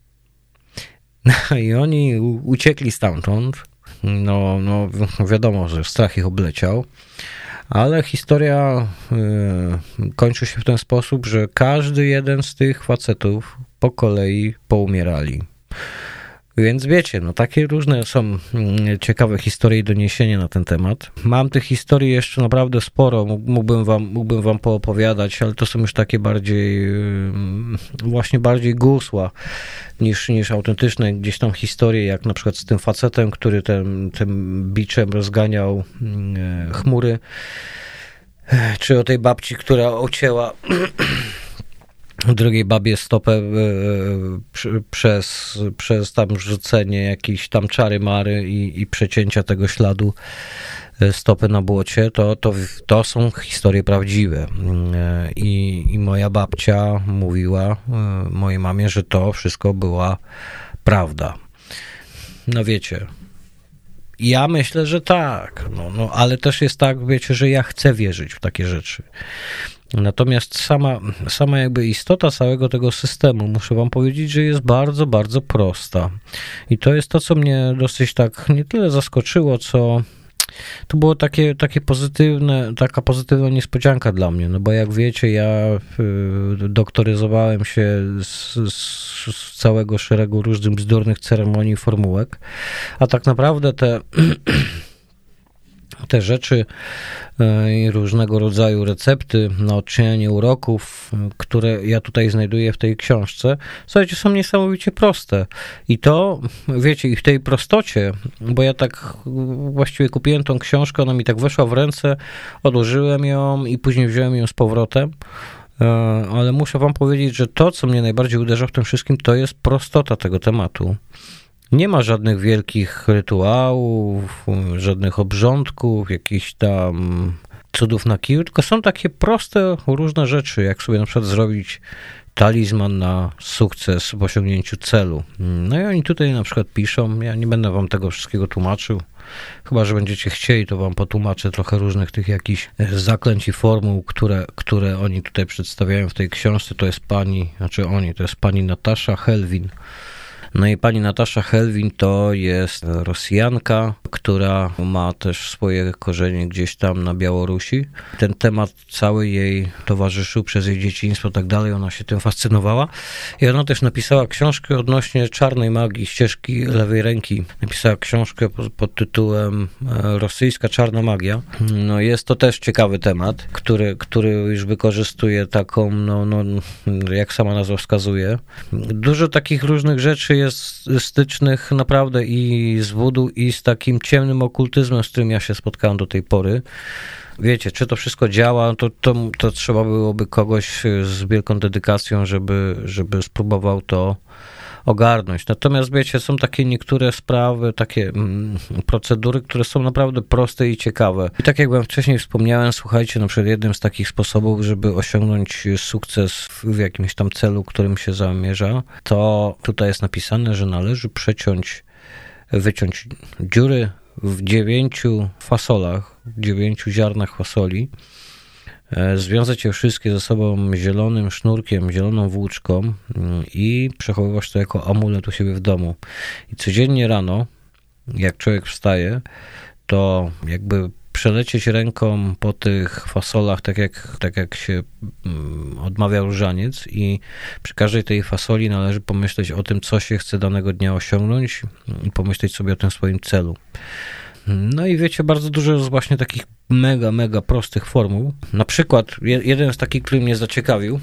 No i oni uciekli stamtąd. No, no wiadomo, że strach ich obleciał, ale historia y, kończy się w ten sposób, że każdy jeden z tych facetów po kolei poumierali. Więc wiecie, no takie różne są ciekawe historie i doniesienia na ten temat. Mam tych historii jeszcze naprawdę sporo, mógłbym wam, mógłbym wam poopowiadać, ale to są już takie bardziej, właśnie bardziej gusła niż, niż autentyczne gdzieś tam historie, jak na przykład z tym facetem, który tym, tym biczem rozganiał chmury, czy o tej babci, która ocięła drugiej babie stopę przez, przez tam rzucenie jakiejś tam czary mary i, i przecięcia tego śladu stopy na błocie, to, to, to są historie prawdziwe. I, I moja babcia mówiła mojej mamie, że to wszystko była prawda. No wiecie, ja myślę, że tak, no, no, ale też jest tak, wiecie, że ja chcę wierzyć w takie rzeczy. Natomiast sama, sama jakby istota całego tego systemu, muszę wam powiedzieć, że jest bardzo, bardzo prosta. I to jest to, co mnie dosyć tak nie tyle zaskoczyło, co to było takie, takie pozytywne, taka pozytywna niespodzianka dla mnie, no bo jak wiecie, ja doktoryzowałem się z, z całego szeregu różnych bzdurnych ceremonii, formułek, a tak naprawdę te te rzeczy i różnego rodzaju recepty na odczynianie uroków, które ja tutaj znajduję w tej książce, słuchajcie, są niesamowicie proste. I to, wiecie, i w tej prostocie, bo ja tak właściwie kupiłem tą książkę, ona mi tak weszła w ręce, odłożyłem ją i później wziąłem ją z powrotem, ale muszę wam powiedzieć, że to, co mnie najbardziej uderza w tym wszystkim, to jest prostota tego tematu. Nie ma żadnych wielkich rytuałów, żadnych obrządków, jakichś tam cudów na kiju, tylko są takie proste, różne rzeczy, jak sobie na przykład zrobić talizman na sukces w osiągnięciu celu. No i oni tutaj na przykład piszą, ja nie będę wam tego wszystkiego tłumaczył, chyba że będziecie chcieli, to wam potłumaczę trochę różnych tych jakichś zaklęć i formuł, które, które oni tutaj przedstawiają w tej książce. To jest pani, znaczy oni, to jest pani Natasza Helwin. No i pani Natasza Helwin to jest Rosjanka, która ma też swoje korzenie gdzieś tam na Białorusi. Ten temat cały jej towarzyszył przez jej dzieciństwo i tak dalej, ona się tym fascynowała. I ona też napisała książkę odnośnie czarnej magii, ścieżki lewej ręki. Napisała książkę pod, pod tytułem Rosyjska czarna magia. No jest to też ciekawy temat, który, który już wykorzystuje taką, no, no jak sama nazwa wskazuje. Dużo takich różnych rzeczy jest stycznych naprawdę i z wudu, i z takim ciemnym okultyzmem, z którym ja się spotkałem do tej pory. Wiecie, czy to wszystko działa, to, to, to trzeba byłoby kogoś z wielką dedykacją, żeby, żeby spróbował to ogarnąć. Natomiast wiecie, są takie niektóre sprawy, takie mm, procedury, które są naprawdę proste i ciekawe. I tak jak wam wcześniej wspomniałem, słuchajcie, na przykład jednym z takich sposobów, żeby osiągnąć sukces w jakimś tam celu, którym się zamierza, to tutaj jest napisane, że należy przeciąć, wyciąć dziury w dziewięciu fasolach, w dziewięciu ziarnach fasoli, związać je wszystkie ze sobą zielonym sznurkiem, zieloną włóczką i przechowywać to jako amulet u siebie w domu. I codziennie rano, jak człowiek wstaje, to jakby przelecieć ręką po tych fasolach, tak jak, tak jak się odmawia różaniec, i przy każdej tej fasoli należy pomyśleć o tym, co się chce danego dnia osiągnąć i pomyśleć sobie o tym swoim celu. No i wiecie, bardzo dużo jest właśnie takich mega, mega prostych formuł. Na przykład jeden z takich, który mnie zaciekawił,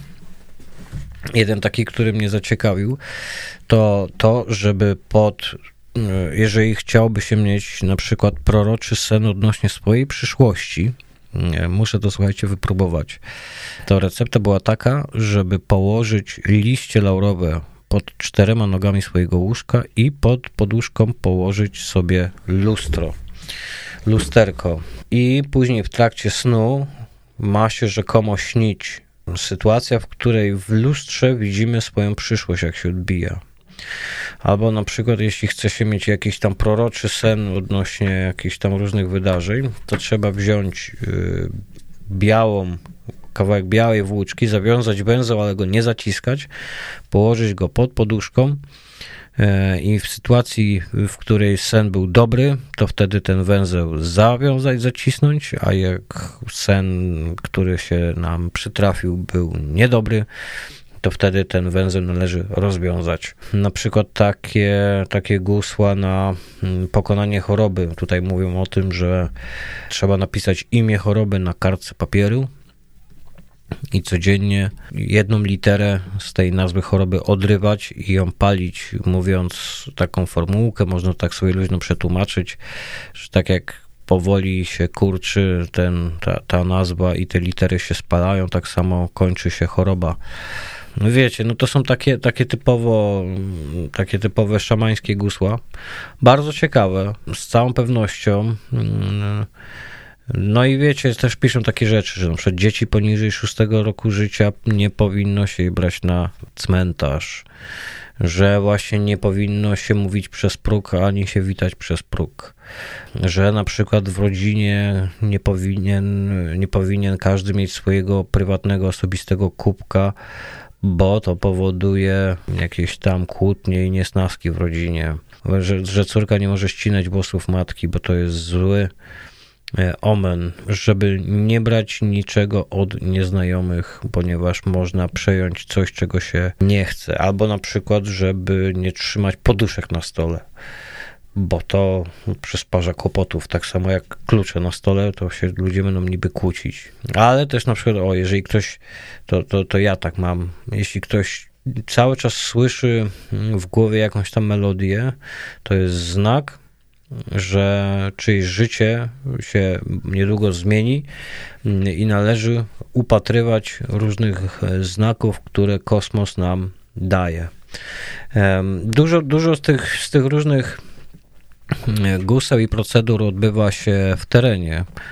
jeden taki, który mnie zaciekawił, to to, żeby pod, jeżeli chciałby się mieć na przykład proroczy sen odnośnie swojej przyszłości, muszę to, słuchajcie, wypróbować, to recepta była taka, żeby położyć liście laurowe pod czterema nogami swojego łóżka i pod poduszką położyć sobie lustro, lusterko. I później w trakcie snu ma się rzekomo śnić sytuacja, w której w lustrze widzimy swoją przyszłość, jak się odbija. Albo na przykład, jeśli chce się mieć jakiś tam proroczy sen odnośnie jakichś tam różnych wydarzeń, to trzeba wziąć yy, białą, kawałek białej włóczki, zawiązać węzeł, ale go nie zaciskać, położyć go pod poduszką i w sytuacji, w której sen był dobry, to wtedy ten węzeł zawiązać, zacisnąć, a jak sen, który się nam przytrafił, był niedobry, to wtedy ten węzeł należy rozwiązać. Na przykład takie, takie gusła na pokonanie choroby. Tutaj mówią o tym, że trzeba napisać imię choroby na kartce papieru i codziennie jedną literę z tej nazwy choroby odrywać i ją palić, mówiąc taką formułkę. Można tak sobie luźno przetłumaczyć, że tak jak powoli się kurczy ten, ta, ta nazwa i te litery się spalają, tak samo kończy się choroba. No wiecie, no to są takie, takie typowo, takie typowe szamańskie gusła. Bardzo ciekawe, z całą pewnością. No i wiecie, też piszą takie rzeczy, że na przykład dzieci poniżej szóstego roku życia nie powinno się brać na cmentarz, że właśnie nie powinno się mówić przez próg, ani się witać przez próg, że na przykład w rodzinie nie powinien, nie powinien każdy mieć swojego prywatnego, osobistego kubka, bo to powoduje jakieś tam kłótnie i niesnaski w rodzinie, że, że córka nie może ścinać włosów matki, bo to jest zły omen, żeby nie brać niczego od nieznajomych, ponieważ można przejąć coś, czego się nie chce, albo na przykład, żeby nie trzymać poduszek na stole, bo to przysparza kłopotów, tak samo jak klucze na stole, to się ludzie będą niby kłócić. Ale też na przykład, o, jeżeli ktoś, to, to, to ja tak mam, jeśli ktoś cały czas słyszy w głowie jakąś tam melodię, to jest znak, że czyjeś życie się niedługo zmieni i należy upatrywać różnych znaków, które kosmos nam daje. Dużo, dużo z tych, z tych różnych guseł i procedur odbywa się w terenie.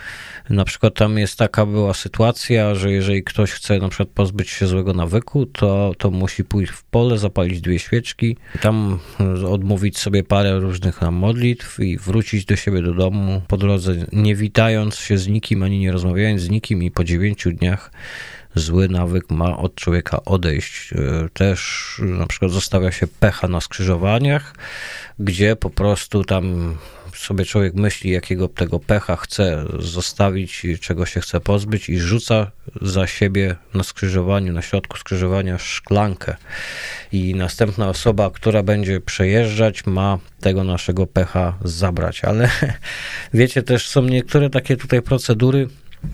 Na przykład tam jest taka była sytuacja, że jeżeli ktoś chce na przykład pozbyć się złego nawyku, to, to musi pójść w pole, zapalić dwie świeczki, tam odmówić sobie parę różnych tam modlitw i wrócić do siebie do domu po drodze, nie witając się z nikim, ani nie rozmawiając z nikim i po dziewięciu dniach zły nawyk ma od człowieka odejść. Też na przykład zostawia się pecha na skrzyżowaniach, gdzie po prostu tam sobie człowiek myśli, jakiego tego pecha chce zostawić, czego się chce pozbyć i rzuca za siebie na skrzyżowaniu, na środku skrzyżowania szklankę. I następna osoba, która będzie przejeżdżać, ma tego naszego pecha zabrać. Ale wiecie, też są niektóre takie tutaj procedury,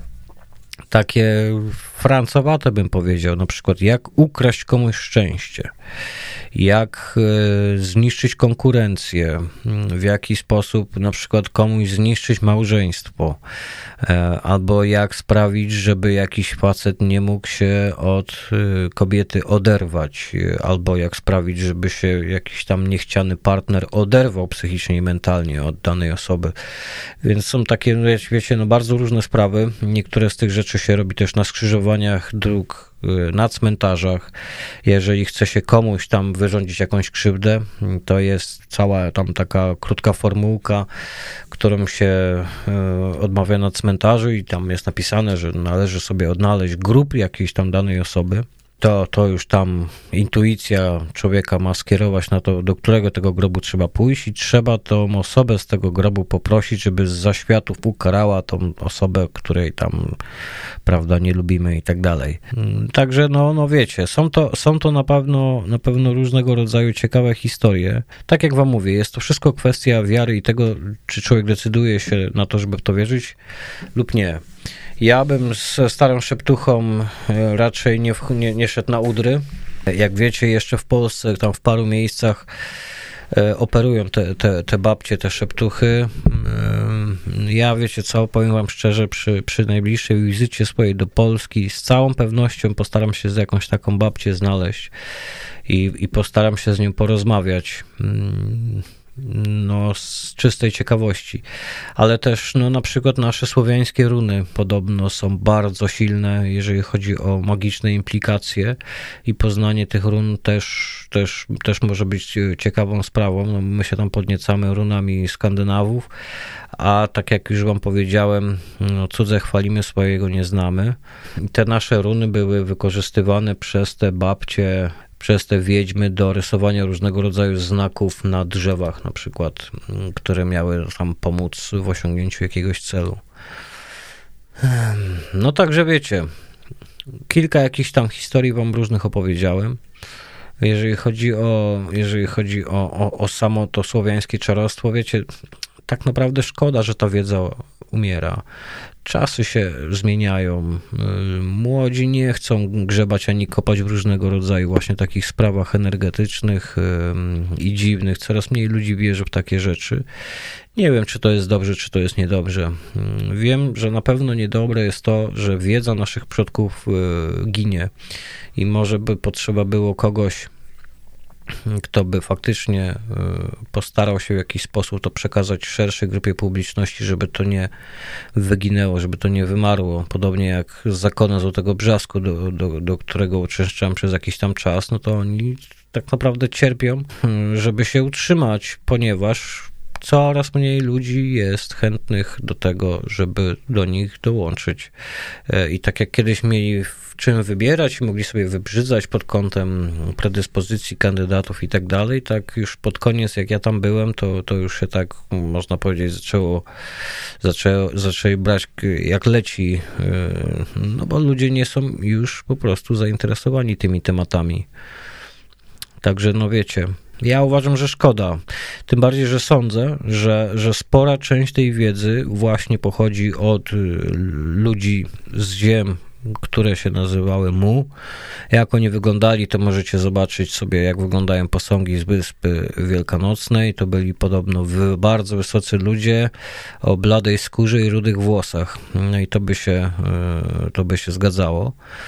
takie francowate bym powiedział, na przykład jak ukraść komuś szczęście, jak zniszczyć konkurencję, w jaki sposób na przykład komuś zniszczyć małżeństwo, albo jak sprawić, żeby jakiś facet nie mógł się od kobiety oderwać, albo jak sprawić, żeby się jakiś tam niechciany partner oderwał psychicznie i mentalnie od danej osoby. Więc są takie, wiecie, no bardzo różne sprawy. Niektóre z tych rzeczy się robi też na skrzyżowaniach dróg, na cmentarzach. Jeżeli chce się komuś tam wyrządzić jakąś krzywdę, to jest cała tam taka krótka formułka, którą się odmawia na cmentarzu i tam jest napisane, że należy sobie odnaleźć grób jakiejś tam danej osoby. To, to już tam intuicja człowieka ma skierować na to, do którego tego grobu trzeba pójść i trzeba tą osobę z tego grobu poprosić, żeby z zaświatów ukarała tą osobę, której tam, prawda, nie lubimy i tak dalej. Także no, no wiecie, są to, są to na pewno, na pewno różnego rodzaju ciekawe historie. Tak jak wam mówię, jest to wszystko kwestia wiary i tego, czy człowiek decyduje się na to, żeby w to wierzyć lub nie. Ja bym z starą szeptuchą raczej nie, nie, nie szedł na udry. Jak wiecie, jeszcze w Polsce, tam w paru miejscach operują te, te, te babcie, te szeptuchy. Ja, wiecie co, powiem wam szczerze, przy, przy najbliższej wizycie swojej do Polski z całą pewnością postaram się z jakąś taką babcię znaleźć i, i postaram się z nią porozmawiać. No, z czystej ciekawości, ale też no, na przykład nasze słowiańskie runy podobno są bardzo silne, jeżeli chodzi o magiczne implikacje i poznanie tych run też, też, też może być ciekawą sprawą. No, my się tam podniecamy runami Skandynawów, a tak jak już wam powiedziałem, no, cudze chwalimy, swojego nie znamy. I te nasze runy były wykorzystywane przez te babcie, przez te wiedźmy do rysowania różnego rodzaju znaków na drzewach na przykład, które miały tam pomóc w osiągnięciu jakiegoś celu. No także wiecie, kilka jakichś tam historii wam różnych opowiedziałem. Jeżeli chodzi o, jeżeli chodzi o, o, o samo to słowiańskie czarostwo, wiecie, tak naprawdę szkoda, że ta wiedza umiera. Czasy się zmieniają. Młodzi nie chcą grzebać ani kopać w różnego rodzaju właśnie takich sprawach energetycznych i dziwnych. Coraz mniej ludzi wierzy w takie rzeczy. Nie wiem, czy to jest dobrze, czy to jest niedobrze. Wiem, że na pewno niedobre jest to, że wiedza naszych przodków ginie i może by potrzeba było kogoś, kto by faktycznie postarał się w jakiś sposób to przekazać szerszej grupie publiczności, żeby to nie wyginęło, żeby to nie wymarło. Podobnie jak z zakonu Złotego Brzasku, do, do, do którego uczęszczam przez jakiś tam czas, no to oni tak naprawdę cierpią, żeby się utrzymać, ponieważ coraz mniej ludzi jest chętnych do tego, żeby do nich dołączyć. I tak jak kiedyś mieli w czym wybierać i mogli sobie wybrzydzać pod kątem predyspozycji kandydatów i tak dalej, tak już pod koniec, jak ja tam byłem, to, to już się tak, można powiedzieć, zaczęło, zaczęło, zaczęli brać jak leci, no bo ludzie nie są już po prostu zainteresowani tymi tematami. Także no wiecie, ja uważam, że szkoda. Tym bardziej, że sądzę, że, że spora część tej wiedzy właśnie pochodzi od ludzi z ziem, które się nazywały Mu. Jak oni wyglądali, to możecie zobaczyć sobie, jak wyglądają posągi z Wyspy Wielkanocnej. To byli podobno bardzo wysocy ludzie o bladej skórze i rudych włosach. No i to by się, to by się zgadzało.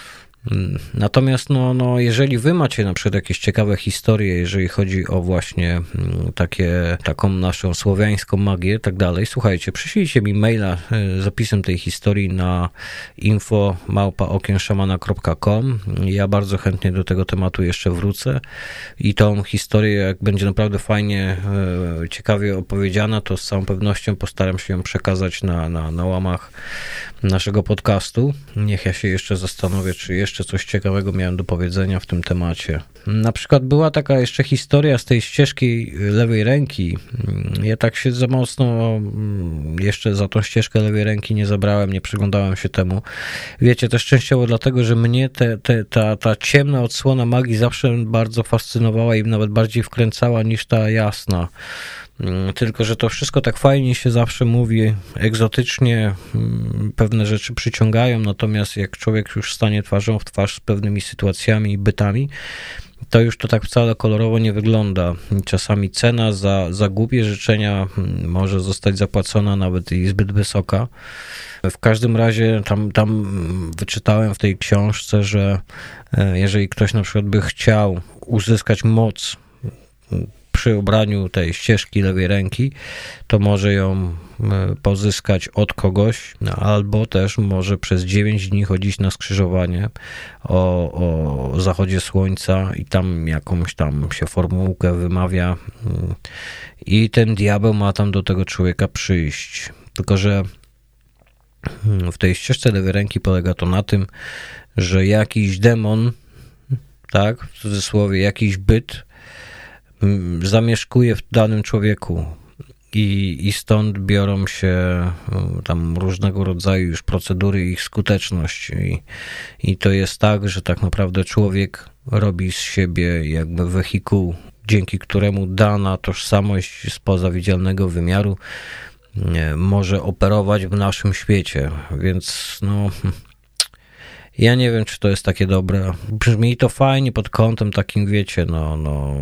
Natomiast no, no, jeżeli wy macie na przykład jakieś ciekawe historie, jeżeli chodzi o właśnie takie, taką naszą słowiańską magię i tak dalej, słuchajcie, przyślijcie mi maila z opisem tej historii na info małpa okienszamana kropka com. Ja bardzo chętnie do tego tematu jeszcze wrócę i tą historię, jak będzie naprawdę fajnie, ciekawie opowiedziana, to z całą pewnością postaram się ją przekazać na, na, na łamach naszego podcastu. Niech ja się jeszcze zastanowię, czy jeszcze coś ciekawego miałem do powiedzenia w tym temacie. Na przykład była taka jeszcze historia z tej ścieżki lewej ręki. Ja tak się za mocno jeszcze za tą ścieżkę lewej ręki nie zabrałem, nie przyglądałem się temu. Wiecie, też częściowo dlatego, że mnie te, te, ta, ta ciemna odsłona magii zawsze bardzo fascynowała i nawet bardziej wkręcała niż ta jasna. Tylko że to wszystko tak fajnie się zawsze mówi, egzotycznie pewne rzeczy przyciągają, natomiast jak człowiek już stanie twarzą w twarz z pewnymi sytuacjami i bytami, to już to tak wcale kolorowo nie wygląda. Czasami cena za, za głupie życzenia może zostać zapłacona nawet i zbyt wysoka. W każdym razie tam, tam wyczytałem w tej książce, że jeżeli ktoś na przykład by chciał uzyskać moc przy ubraniu tej ścieżki lewej ręki, to może ją pozyskać od kogoś, albo też może przez dziewięć dni chodzić na skrzyżowanie o, o zachodzie słońca i tam jakąś tam się formułkę wymawia i ten diabeł ma tam do tego człowieka przyjść. Tylko że w tej ścieżce lewej ręki polega to na tym, że jakiś demon, tak, w cudzysłowie jakiś byt zamieszkuje w danym człowieku i, i stąd biorą się tam różnego rodzaju już procedury i ich skuteczność i, i to jest tak, że tak naprawdę człowiek robi z siebie jakby wehikuł, dzięki któremu dana tożsamość spoza widzialnego wymiaru może operować w naszym świecie, więc no... Ja nie wiem, czy to jest takie dobre. Brzmi to fajnie pod kątem takim, wiecie, no, no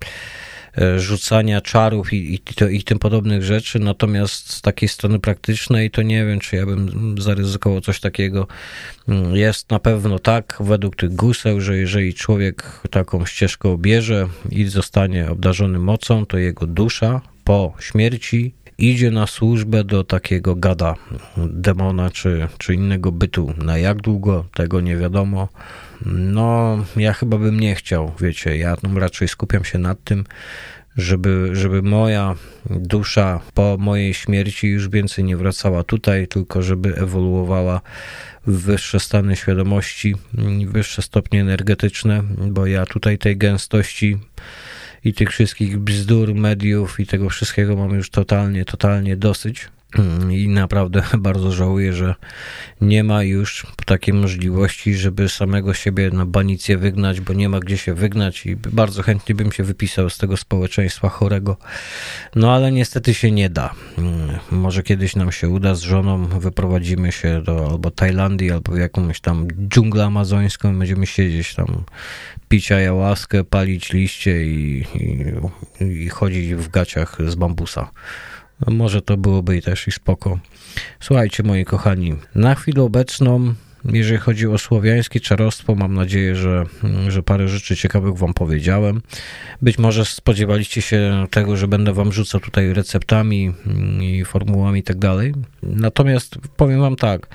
rzucania czarów i, i, to, i tym podobnych rzeczy, natomiast z takiej strony praktycznej to nie wiem, czy ja bym zaryzykował coś takiego. Jest na pewno tak, według tych guseł, że jeżeli człowiek taką ścieżkę obierze i zostanie obdarzony mocą, to jego dusza po śmierci idzie na służbę do takiego gada, demona czy, czy innego bytu. Na jak długo, tego nie wiadomo. No, ja chyba bym nie chciał, wiecie, ja raczej skupiam się nad tym, żeby, żeby moja dusza po mojej śmierci już więcej nie wracała tutaj, tylko żeby ewoluowała w wyższe stany świadomości, wyższe stopnie energetyczne, bo ja tutaj tej gęstości i tych wszystkich bzdur, mediów i tego wszystkiego mam już totalnie, totalnie dosyć. I naprawdę bardzo żałuję, że nie ma już takiej możliwości, żeby samego siebie na banicję wygnać, bo nie ma gdzie się wygnać i bardzo chętnie bym się wypisał z tego społeczeństwa chorego. No ale niestety się nie da. Może kiedyś nam się uda z żoną, wyprowadzimy się do albo Tajlandii, albo w jakąś tam dżunglę amazońską i będziemy siedzieć tam, pić ayahuaskę, palić liście i, i, i chodzić w gaciach z bambusa. No może to byłoby i też i spoko. Słuchajcie, moi kochani, na chwilę obecną, jeżeli chodzi o słowiańskie czarostwo, mam nadzieję, że, że parę rzeczy ciekawych wam powiedziałem. Być może spodziewaliście się tego, że będę wam rzucał tutaj receptami i formułami i tak dalej. Natomiast powiem wam tak,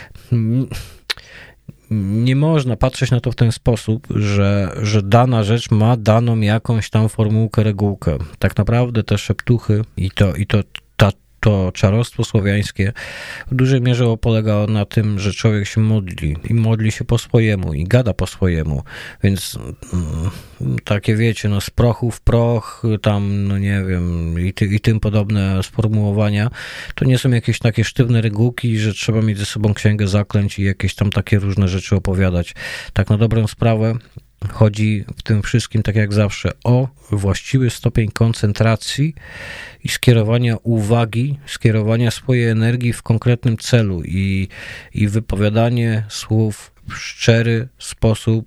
nie można patrzeć na to w ten sposób, że, że dana rzecz ma daną jakąś tam formułkę, regułkę. Tak naprawdę te szeptuchy i to, i to, ta, to czarostwo słowiańskie w dużej mierze polega na tym, że człowiek się modli i modli się po swojemu i gada po swojemu, więc mm, takie wiecie, no z prochu w proch, tam, no nie wiem, i, ty, i tym podobne sformułowania, to nie są jakieś takie sztywne regułki, że trzeba mieć ze sobą księgę zaklęć i jakieś tam takie różne rzeczy opowiadać. Tak na dobrą sprawę chodzi w tym wszystkim, tak jak zawsze, o właściwy stopień koncentracji i skierowania uwagi, skierowania swojej energii w konkretnym celu i, i wypowiadanie słów w szczery sposób,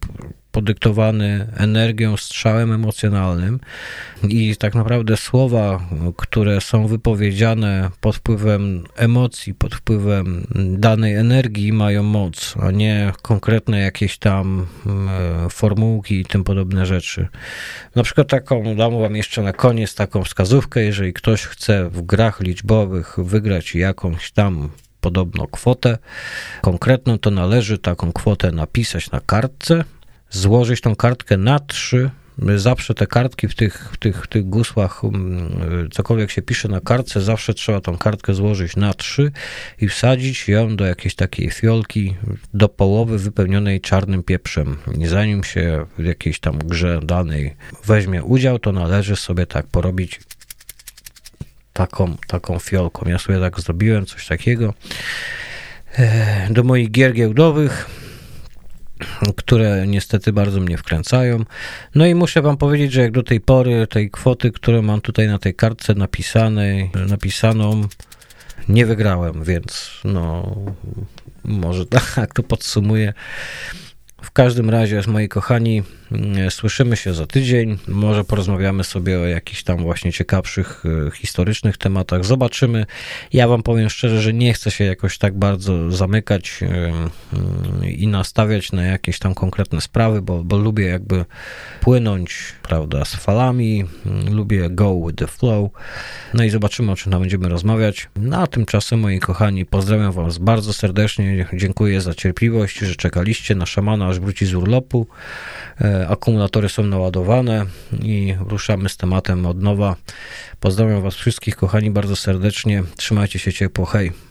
podyktowany energią, strzałem emocjonalnym i tak naprawdę słowa, które są wypowiedziane pod wpływem emocji, pod wpływem danej energii mają moc, a nie konkretne jakieś tam formułki i tym podobne rzeczy. Na przykład taką, dam wam jeszcze na koniec taką wskazówkę, jeżeli ktoś chce w grach liczbowych wygrać jakąś tam podobno kwotę konkretną, to należy taką kwotę napisać na kartce, złożyć tą kartkę na trzy. Zawsze te kartki w tych, w tych, w tych gusłach, cokolwiek się pisze na kartce, zawsze trzeba tą kartkę złożyć na trzy i wsadzić ją do jakiejś takiej fiolki do połowy wypełnionej czarnym pieprzem. I zanim się w jakiejś tam grze danej weźmie udział, to należy sobie tak porobić taką, taką fiolką. Ja sobie tak zrobiłem, coś takiego do moich gier giełdowych, które niestety bardzo mnie wkręcają. No i muszę wam powiedzieć, że jak do tej pory tej kwoty, którą mam tutaj na tej kartce napisanej, napisaną, nie wygrałem, więc no może tak to podsumuję. W każdym razie, moi kochani, słyszymy się za tydzień. Może porozmawiamy sobie o jakichś tam właśnie ciekawszych, historycznych tematach. Zobaczymy. Ja wam powiem szczerze, że nie chcę się jakoś tak bardzo zamykać i nastawiać na jakieś tam konkretne sprawy, bo, bo lubię jakby płynąć, prawda, z falami. Lubię go with the flow. No i zobaczymy, o czym tam będziemy rozmawiać. No a tymczasem, moi kochani, pozdrawiam was bardzo serdecznie. Dziękuję za cierpliwość, że czekaliście na szamana, aż wróci z urlopu. Akumulatory są naładowane i ruszamy z tematem od nowa. Pozdrawiam was wszystkich, kochani, bardzo serdecznie. Trzymajcie się ciepło. Hej.